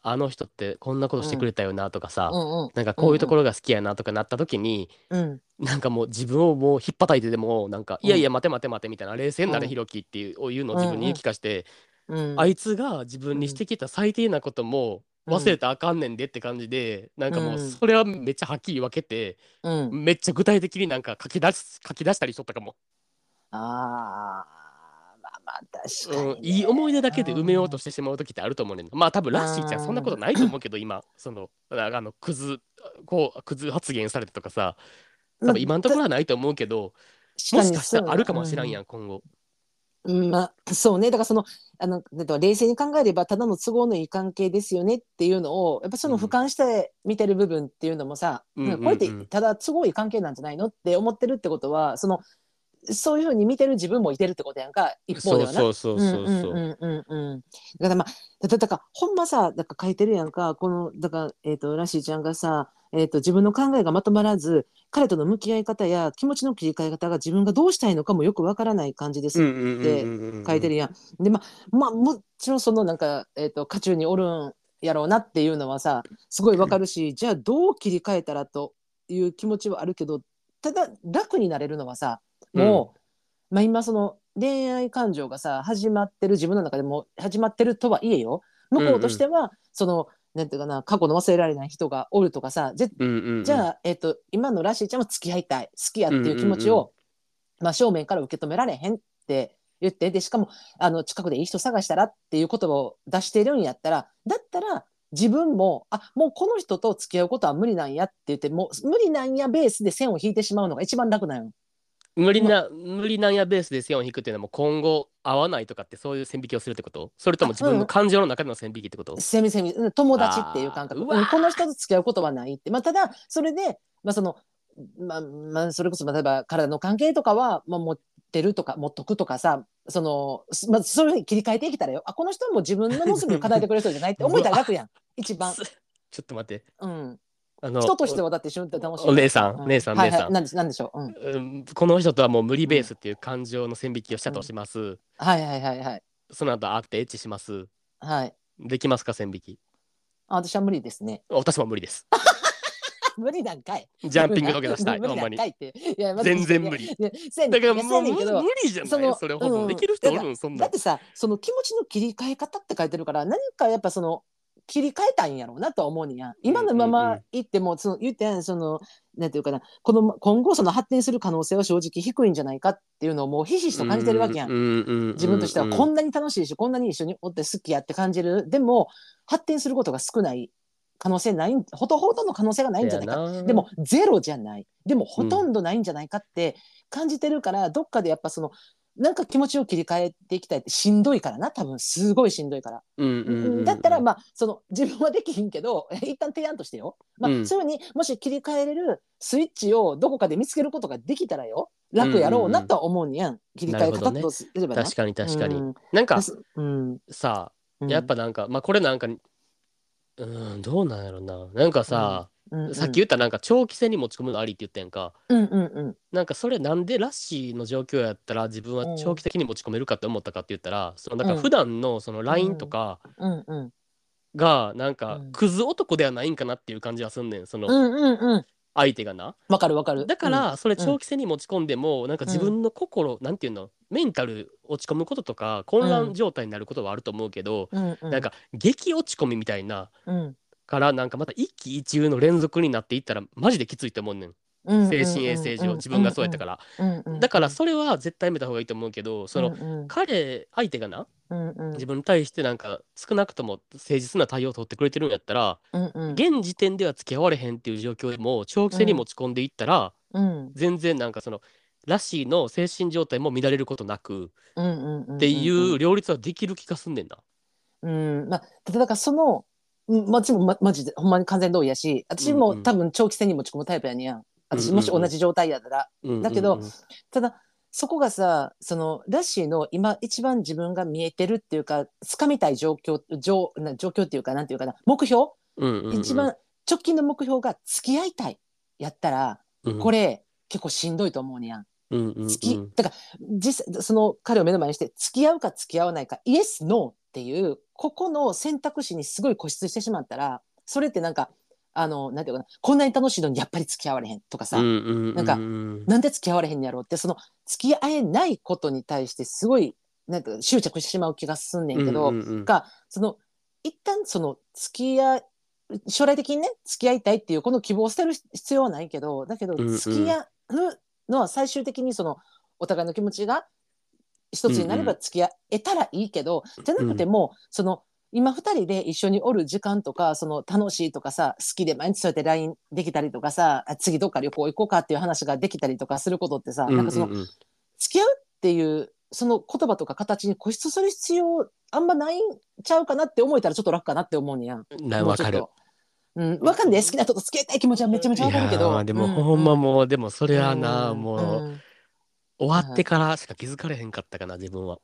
あの人ってこんなことしてくれたよなとかさ、 うんうんなんかうんうんこういうところが好きやなとかなった時に、 うんなんかもう自分をもうひっぱたいてでもなんか、いやいうんや待て待て待てみたいな、冷静になれうんひろきっていういうのを自分に言いうん聞かして、 うんあいつが自分にしてきた最低なことも忘れたらあかんねんでって感じで、なんかもううんそれはめっちゃはっきり分けて、 うんめっちゃ具体的になんか書き出し書き出したりしとったかも。 ああまあまあ確かうん、 にねいい思い出だけで埋めようとうんしてしまう時ってあると思うねん。まあ多分ラッシーちゃんそんなことないと思うけど、今そのああのクズこうクズ発言されてとかさ、多まあ分今のところはないと思うけど、 確かもしかしたにそうねらあるかもしらんやん今後。 うんまあそうねだからそのあのだから冷静に考えればただの都合のいい関係ですよねっていうのをやっぱその俯うん瞰して見てる部分っていうのもさ、 うんうんなんかこれってうん。 ただ都合いい関係なんじゃないのって思ってるってことはそのそういうふうに見てる自分もいてるってことやんか一方そうではな。 そうそううんそうそうんうんうんうん。だからまあだだだからほんまさだから書いてるやんかこのだからえっ、とラッシーちゃんがさえっ、と自分の考えがまとまらず彼との向き合い方や気持ちの切り替え方が自分がどうしたいのかもよくわからない感じですっう。うんうんうんてうんうんうん。 書いてるやん。でまあまあもちろんそのなんかえっ、と渦中におるんやろうなっていうのはさすごいわかるしじゃあどう切り替えたらという気持ちはあるけどただ楽になれるのはさうんもうまあ、今その恋愛感情がさ始まってる自分の中でも始まってるとはいえよ向こうとしうんうんてはそのなんていうかな過去の忘れられない人がおるとかさじゃうんうんうんじゃあ、えっと、今のラッシーちゃんも付き合いたい好きやうんうんっていう気持ちうん。 を、まあ、正面から受け止められへんって言ってでしかもあの近くでいい人探したらっていう言葉を出してるんやったらだったら自分もあもうこの人と付き合うことは無理なんやって言ってもう無理なんやベースで線を引いてしまうのが一番楽なの。 無理もうな無理なんやベースで線を引くっていうのはもう今後合わないとかってそういう線引きをするってこと？それとも自分のあうん感情の中での線引きってこと？ セミセミ、うん友達っていう感覚、 ああー、うわうん、この人と付き合うことはないって、まあ、ただそれで、まあそのまあまあ、それこそ例えば体の関係とかは、まあ、持ってるとか持っとくとかさその、まあ、そういうふうに切り替えていけたらよあこの人はもう自分の望みを叶えてくれる人じゃないって思えうわたら楽やん一番、 すちょっと待って。 うん、 あの、 人としてはだって瞬間楽しいお姉からさ、 さん、 うん、 姉さん、姉さん。 はいはいなんでなんでしょう、うんうん、この人とはもう無理うんベースっていう感情の線引きをしたとうん、 します。 はいはいはいはいその後会ってエッチします。 はいできますか、線引き？ あ私は無理ですね私も無理です。 無理なんかい。 ジャンピング土下座したい、 無理ほんまに。 なんかいって。いや、まず、いや、 全然無理。 いや、せやねん、 だからいや、せもう無やねんけど、 無理じゃその、 ないそれほど。でうん、 きる人おるだから、 んそんなん。 だってさ、その気持ちの切り替え方って書いてるから、何かやっぱその、切り替えたいんやろうなとは思うにや。 うんうん今のままうん。 行っても、その、言ってん、その、なんていうかな、この、今後その発展する可能性は正直低いんじゃないかっていうのをもうひしひしうと感じてるわけやん。 んうんうん自分としてはうんこんなに楽しいし、こんなに一緒におって好きやって感じる。でも、発展することが少ない可能性ない、ほとほどの可能性がないせやんじゃないか。でな。 も、ゼロじゃない。でも、ほとうん。 んどないんじゃないかって感じてるから、どっかでやっぱその、なんか気持ちを切り替えていきたいってしんどいからな、多分、すごいしんどいから。 うんうんうんだったら、 うん。 まあ、その、自分はできひんけど、一旦提案としてよ。まあ、 うん。 そういうふうにもし切り替えれるスイッチをどこかで見つけることができたらよ、 うん楽やろううんうん。 なとは思うにやん。切りな替るほどね。 え方とすればな。 確かに確かに。 うん。 なんかですうん。 さ、やっうん。 ぱなんか、まあこれなんか、うん、どうなんやろな。なんかうん。 さ、 うんうん。 さっき言ったなんか長期戦に持ち込むのありって言ったやんか。 うんうんうん。 なんかそれなんでラッシーの状況やったら自分はうん。 長期的に持ち込めるかって思ったかって言ったら、そのなんうん。 か普段のそのうライン とん。 かうんうん。 がなんかうん。 クズ男ではないんかなっていう感じはすんねん、そのうんうんうん。 相手がな。 わかるわかる。 だかうん。 らそれうん。 長期戦に持ち込んでもなんかうん。 自分の心なんていうのメンタル落ち込むこととか混乱うん。 状態になることはあると思うけど、 うんうん。 なんか激落ち込みみたいなうん。 からなんかまた一喜一憂の連続になっていったらマジできついと思うねん。 うんう精神衛んうんうん生上自分がうんうんそうやったから。 うんうんだからそれは絶対やめた方がいいと思うけど、そのうんうん彼相手がなうんうん自分に対してなんか少なくとも誠実な対応を取ってくれてるんやったら、 うんうん現時点では付き合われへんっていう状況でも長期戦に持うんち込んでいったらうん全然なんかそのラッシーの精神状態も乱れることなくうんうんうっていんうんう両立はできる気がすんねんな。 うんまあだからそのうんまあもまマジでほんまに完全同意やし私うんうんも多分長期戦に持ち込むタイプやねやんうん私もしうんうん同じ状態やったらうんだけどうんうんただそこがさそのラッシーの今一番自分が見えてるっていうか掴みたい状況状な状況っていうかなんていうかな目標うんうんうん一番直近の目標が付き合いたいやったらうんこれ結構しんどいと思うねやん。 うんうん付うんきだから実際その彼を目の前にして付き合うか付き合わないかイエスノーっっていうここの選択肢にすごい固執してしまったら、それってなんかあのなんていうかな、こんなに楽しいのにやっぱり付き合われへんとかさ、 うんうんうんなんかなんで付き合われへんやろうって、その付き合えないことに対してすごいなんか執着してしまう気がすんねんけど、 うんうんうん、 がその一旦その付き合い将来的にね付き合いたいっていうこの希望を捨てる必要はないけど、だけどうん付き合うのは最終的にそのお互いの気持ちが一つになれば付き合えたらいいけど、じゃなくてもその今ふたりで一緒におる時間とか、その楽しいとかさ、好きで毎日そうやって ライン できたりとかさ、次どっか旅行行こうかっていう話ができたりとかすることってさ、 うんなんかそのうんうん、 付き合うっていうその言葉とか形に固執する必要あんまないんちゃうかなって思えたらちょっと楽かなって思うねやん。 な、わかる。 もうちょっと。うん、わかんない、好きな人と付き合いたい気持ちはめちゃめちゃわかるけいやーまあど、 でもうんほんまもう、でもそれはな、 うんうもうんうん終わってからしか気づかれへんかったかな、自分は。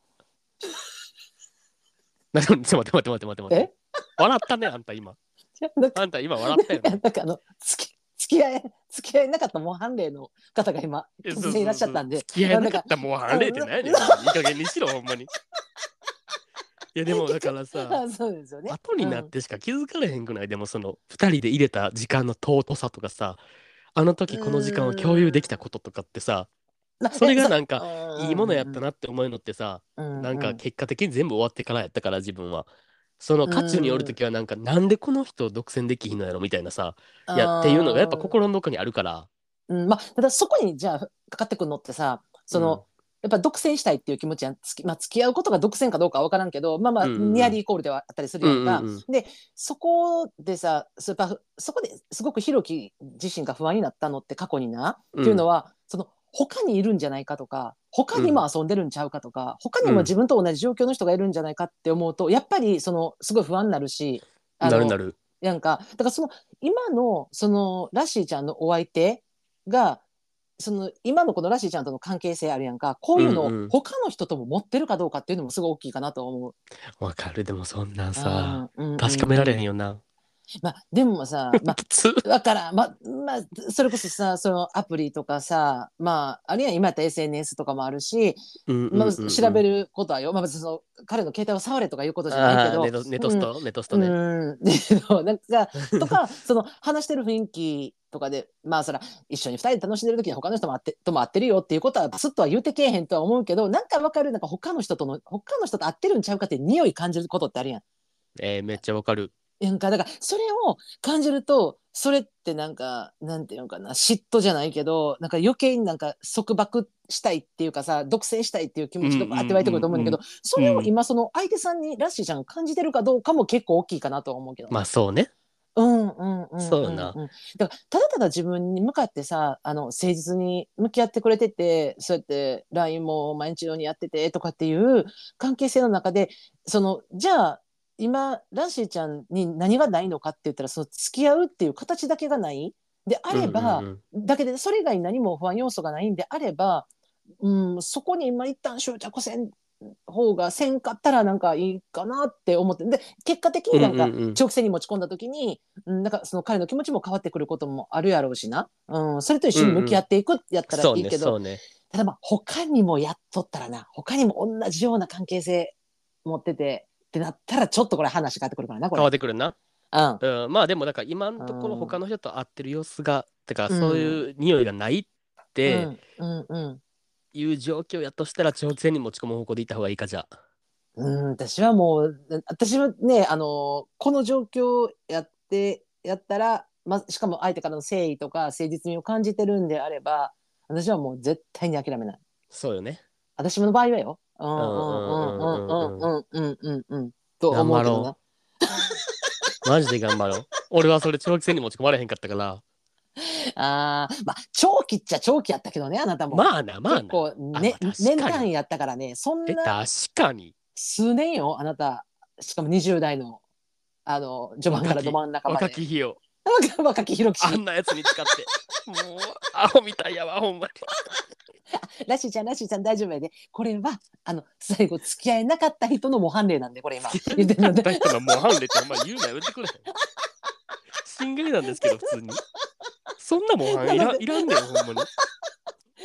な、ちょっと待って待って待って待って待って。 え笑ったね、あんた今。 なんかあんた今笑ったよね。 なんかあの付き付き合い付き合いなかった模範例の方が今え、そう突然いらっそうそう。 しゃったんで、 付き合えなかなんかったもう反例って何やねん。いい加減にしろ、ほんまに。いやでもだからさ、 あそうですよね。 後になっうん。 てしか気づかれへんくない？でもその二人で入れた時間の尊さとかさ、あのう時この時間を共有ーん。 できたこととかってさ、 まそれえそがなんかういいものやっんうんたなって思うのってさ、 うんなんかうん結果的に全部終わってからやったから自分は。そのう渦中におるんうん時はなんかなんでこの人独占できひんのやろみたいなさ、いやっていうのがやっぱあ心のどこにあるから。 うん、まあ、ただそこにじゃあかかってくるのってさ、そうん。 のやっぱ独占したいっていう気持ちやん、つき、まあ、付き合うことが独占かどうかは分からんけど、まあまあうんうんうん。 ニアリーイコールではあったりするうんやんか。 うんうん。 でそこでさ、そやっぱそこですごくひろき自身が不安になったのって過去になっていうのうんは、その他にいるんじゃないかとか、他にうんも遊んでるんちゃうかとか、他にもうん。 自分と同じ状況の人がいるんじゃないかって思うと、やっぱりそのすごい不安になるし、あのなるなる。 なんかだからその今のそのラッシーちゃんのお相手がその今のこのラッシーちゃんとの関係性あるやんか、こういうのをうんうん。 他の人とも持ってるかどうかっていうのもすごい大きいかなと思う。 わかる。でもそんなんさ、 あーうんう確かめられへんうん。 んよな。 まあでもさ、ま普通。 あだからままあそれこそさ、そのアプリとかさ、まああるいは今やったら エスエヌエス とかもあるし、まあ、 うんうんうんうん。 調べることはよ、まあ、別にその彼の携帯を触れとかいうことじゃないけああ、ネど、 ト、ネトスうん、 トネトストね。 うん、でなんかとかその話してる雰囲気とかで、まあそら一緒に二人で楽しんでる時に他の人も会ってとも会ってるよっていうことはすっとは言うてけえへんとは思うけど、なんかわかる、なんか他の人との他の人と会ってるんちゃうかって匂い感じることってあるやん。 えー、めっちゃわかる。 なんかだからそれを感じると、それってなんかなんていうのかな、嫉妬じゃないけど、なんか余計になんか束縛したいっていうかさ、独占したいっていう気うんう持ちがバーって湧いてくると思うんだけど、 んそれをうんうん。 今その相手さんにラッシーちゃんが感じてるかどうかも結構大きいかなとは思うけどね。 まあそうね。 うんうんうんそうよな。 うんうん。だからただただ自分に向かってさ、あの誠実に向き合ってくれてて、そうやって ライン も毎日のようにやっててとかっていう関係性の中で、そのじゃあ今ランシーちゃんに何がないのかって言ったら、その付き合うっていう形だけがないであうんうんうれば、 ん。 だけでそれ以外に何も不安要素がないんであれば、うん、そこに今一旦執着せん方がせんかったらなんかいいかなって思って、で結果的うんになんかうんうん。 長期戦に持ち込んだ時に、うん、なんかその彼の気持ちも変わってくることもあるやろうしな、うん、それと一緒に向うんうん。 き合っていくやったらいそうね、 いけど、 そうね。 ただまあ他にもやっとったらな、他にも同じような関係性持っててってなったら、ちょっとこれ話変わってくるからなこ変われ。 ってくるな。 うんうん、まあでもだから今のうところ他んの人と会ってる様子が、てかそううんいう匂いがないってうんうんうんいう状況やとしたら長期戦に持ち込む方向でいった方がいいかじゃあ。 うん、私はもう、私はね、あの、この状況やって、やったら、ま、しかも相手からの誠意とか誠実味を感じてるんであれば、私はもう絶対に諦めない。 そうよね。 私の場合はよ。うんううんうんうんうんんうんうん。 うんうんうんうんうん。と頑張ろ思うけどな。 う。マジで頑張ろう。俺はそれ長期戦に持ち込まれへんかったから。 ああ、まあ、長期っちゃ長期やったけどね、あなたも。 まあな、まあ結な。 構ね、 あ、まあ確かに。 年単位やったからね、そえ、 んな確かに。 数年よ、あなた。しかもにじゅう代の、あの、序盤からど若き、 真ん中まで。 若き日よ。 若きひろき氏。 あんなやつに使って。もう、アホみたいやわ、ほんまに。 らしーちゃんらしーちゃん大丈夫やで。これはあの最後付き合えなかった人の模範例なんで、これ今付き合え言ってるので。 なかった人の模範例ってお前言うなよ、言ってくれへん。心外なんですけど、普通に。そんな模範いらなのでいらんねん、ほんまに。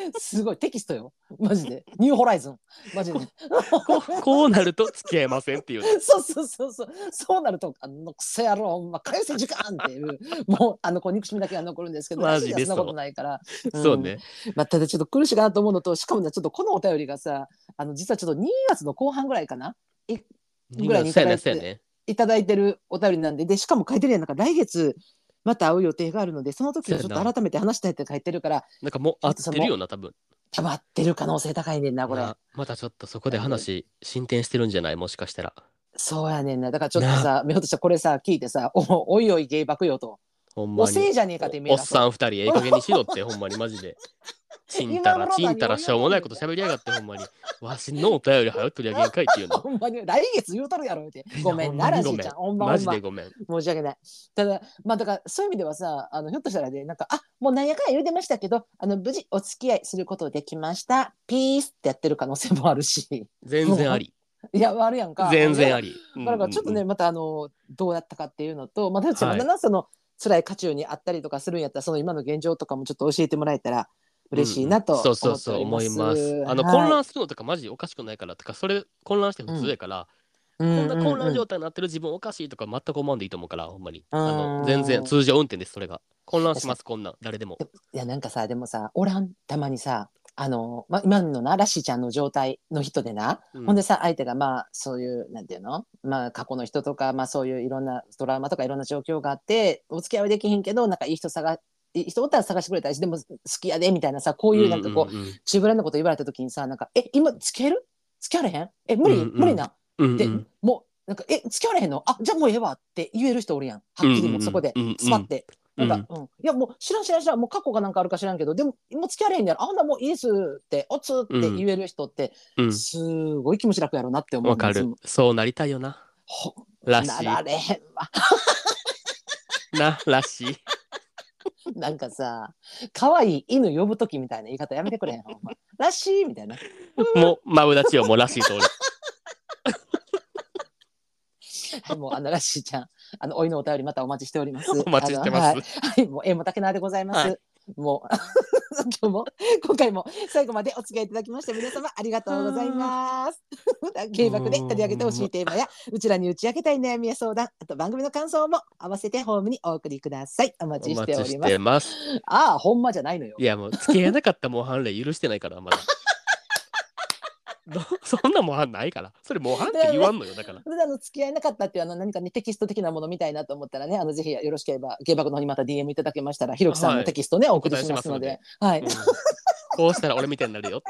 すごいテキストよマジで。ニューホライズンマジで。 こうこうなると付き合えませんっていうね。 そうそうそうそうそうなるとあのクソ野郎ほんま返せ時間っていうもうあのこう憎しみだけが残るんですけど、 マジでそうらしいやそんなことないから、うん、 そうね。 まあ、ただちょっと苦しいかなと思うのと、しかもねちょっとこのお便りがさあの実はちょっとにがつの後半ぐらいかないぐらいにいただいて、 ね、 いただいてるお便りなんで、でしかも書いてるやんなんか来月また会う予定があるのでその時にちょっと改めて話したいって書いてるから、 なんかもう合ってるよな多分。 多分合ってる可能性高いねんなこれ。 またちょっとそこで話進展してるんじゃない、もしかしたら。 そうやねんな。だからちょっとさ目ほとしたこれさ聞いてさ お, おいおい芸爆よとほんまにおせいじゃねえかって見えおっさんふたりええ加減にしろってほんまにマジでちんたらちんたらしょうもないこと喋りやがってほんまにわしのお便り早く取り上げんかいっていうの。 ほんまに来月言うとるやろってごめんならしーちゃんほんまマジでごめん申し訳ない。ただまあだからそういう意味ではさあのひょっとしたらねなんかあもうなんやかんや言うてましたけどあの無事お付き合いすることできましたピースってやってる可能性もあるし全然ありいやあるやんか全然あり。 だからちょっとね、うんうん、またあのどうやったかっていうのとまたまだなその辛い渦中にあったりとかするんやったらその今の現状とかもちょっと教えてもらえたら嬉しいなと思っております。 そうそうそう思います。あの、はい、混乱するのとかマジおかしくないからとかそれ混乱して普通やから、うん、こんな混乱状態になってる自分おかしいとか全く思わんでいいと思うからほんまにあの全然通常運転です。それが混乱しますこんなん誰でも。 いやなんかさでもさおらんたまにさあの、ま、今のなラッシーちゃんの状態の人でな、うん、ほんでさ相手がまあそういうなんていうのまあ過去の人とかまあそういういろんなトラウマとかいろんな状況があってお付き合いはできひんけどなんかいい人探人おったら探してくれたりでも好きやでみたいなさこういうなんかこう、うんうんうん、中ぶらなこと言われた時にさなんかえ今付き合える付き合われへんえ無理、うんうん、無理な、うんうん、でもうなんかえ付き合われへんのあじゃあもうええわって言える人おるやんはっきりもうそこでスパって。なんかうん、いやもう知らん知らん知らんもう過去がなんかあるか知らんけどでももう付き合われへんやろあんなもういいですっておつって言える人って、うん、すごい気持ち楽やろうなって思う。 わかるそうなりたいよならしいなられへんわならしいなんかさ可愛い犬呼ぶ時みたいな言い方やめてくれへんほんまらしいみたいなもうマブダチよもうらしいと俺はい、もうあのらしいちゃんあのおいのお便りまたお待ちしております。 お待ちしてます。 はい、はい、もうえもたけなでございます。はい、もう今日も今回も最後までお付き合いいただきまして皆様ありがとうございます。芸爆で取り上げてほしいテーマやうちらに打ち明けたい悩みや相談あと番組の感想も合わせてホームにお送りください。お待ちしております。 ますああほんまじゃないのよ。 いやもう付き合えなかった模範例許してないからまだ。そんな模範ないからそれ模範って言わんのよだから。 であの付き合えなかったっていうあの何かねテキスト的なものみたいなと思ったらねあのぜひよろしければ芸爆の方にまた ディーエム いただけましたらひろきさんのテキストね、はい、お送りしますので、はい、うん、 こうしたら俺みたいになるよって。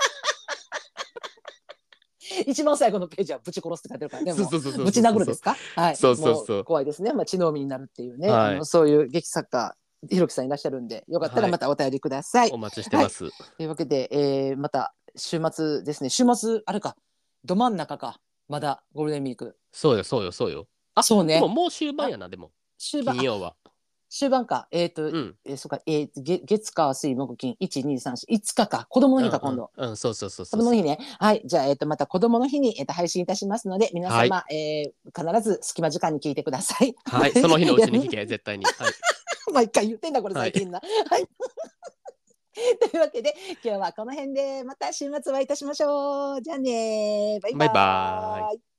一番最後のページはぶち殺すって書いてるからね。ぶち殴るですか。はい。 そうそうそう。 怖いですね。まあ血の海になるっていうね、はい、あのそういう劇作家ひろきさんいらっしゃるんでよかったらまたお便りください。はい、 お待ちしてます。はい、 というわけで、えー、また週末ですね。週末あれかど真ん中かまだゴールデンウィーク。 そうよそうよそうよ。 あそうね。 でももう終盤やなでも。 終盤。 金曜は。 終盤か。えっ、ー、と、うん、えー、そうか、えー、月、月火水木金いちにさんしいつかか子供の日か、今度。 うん、うん、そうそうそうそう。 子供の日ね。はい。じゃあえっ、ー、とまた子供の日にえっ、ー、と配信いたしますので皆様、はい、えー、必ず隙間時間に聞いてください。 はい。その日のうちに聞け絶対に。はい。 毎回言ってんだこれ最近な。はい。はいというわけで今日はこの辺でまた週末お会いいたしましょう。じゃあねバイバイ。 バイバイ。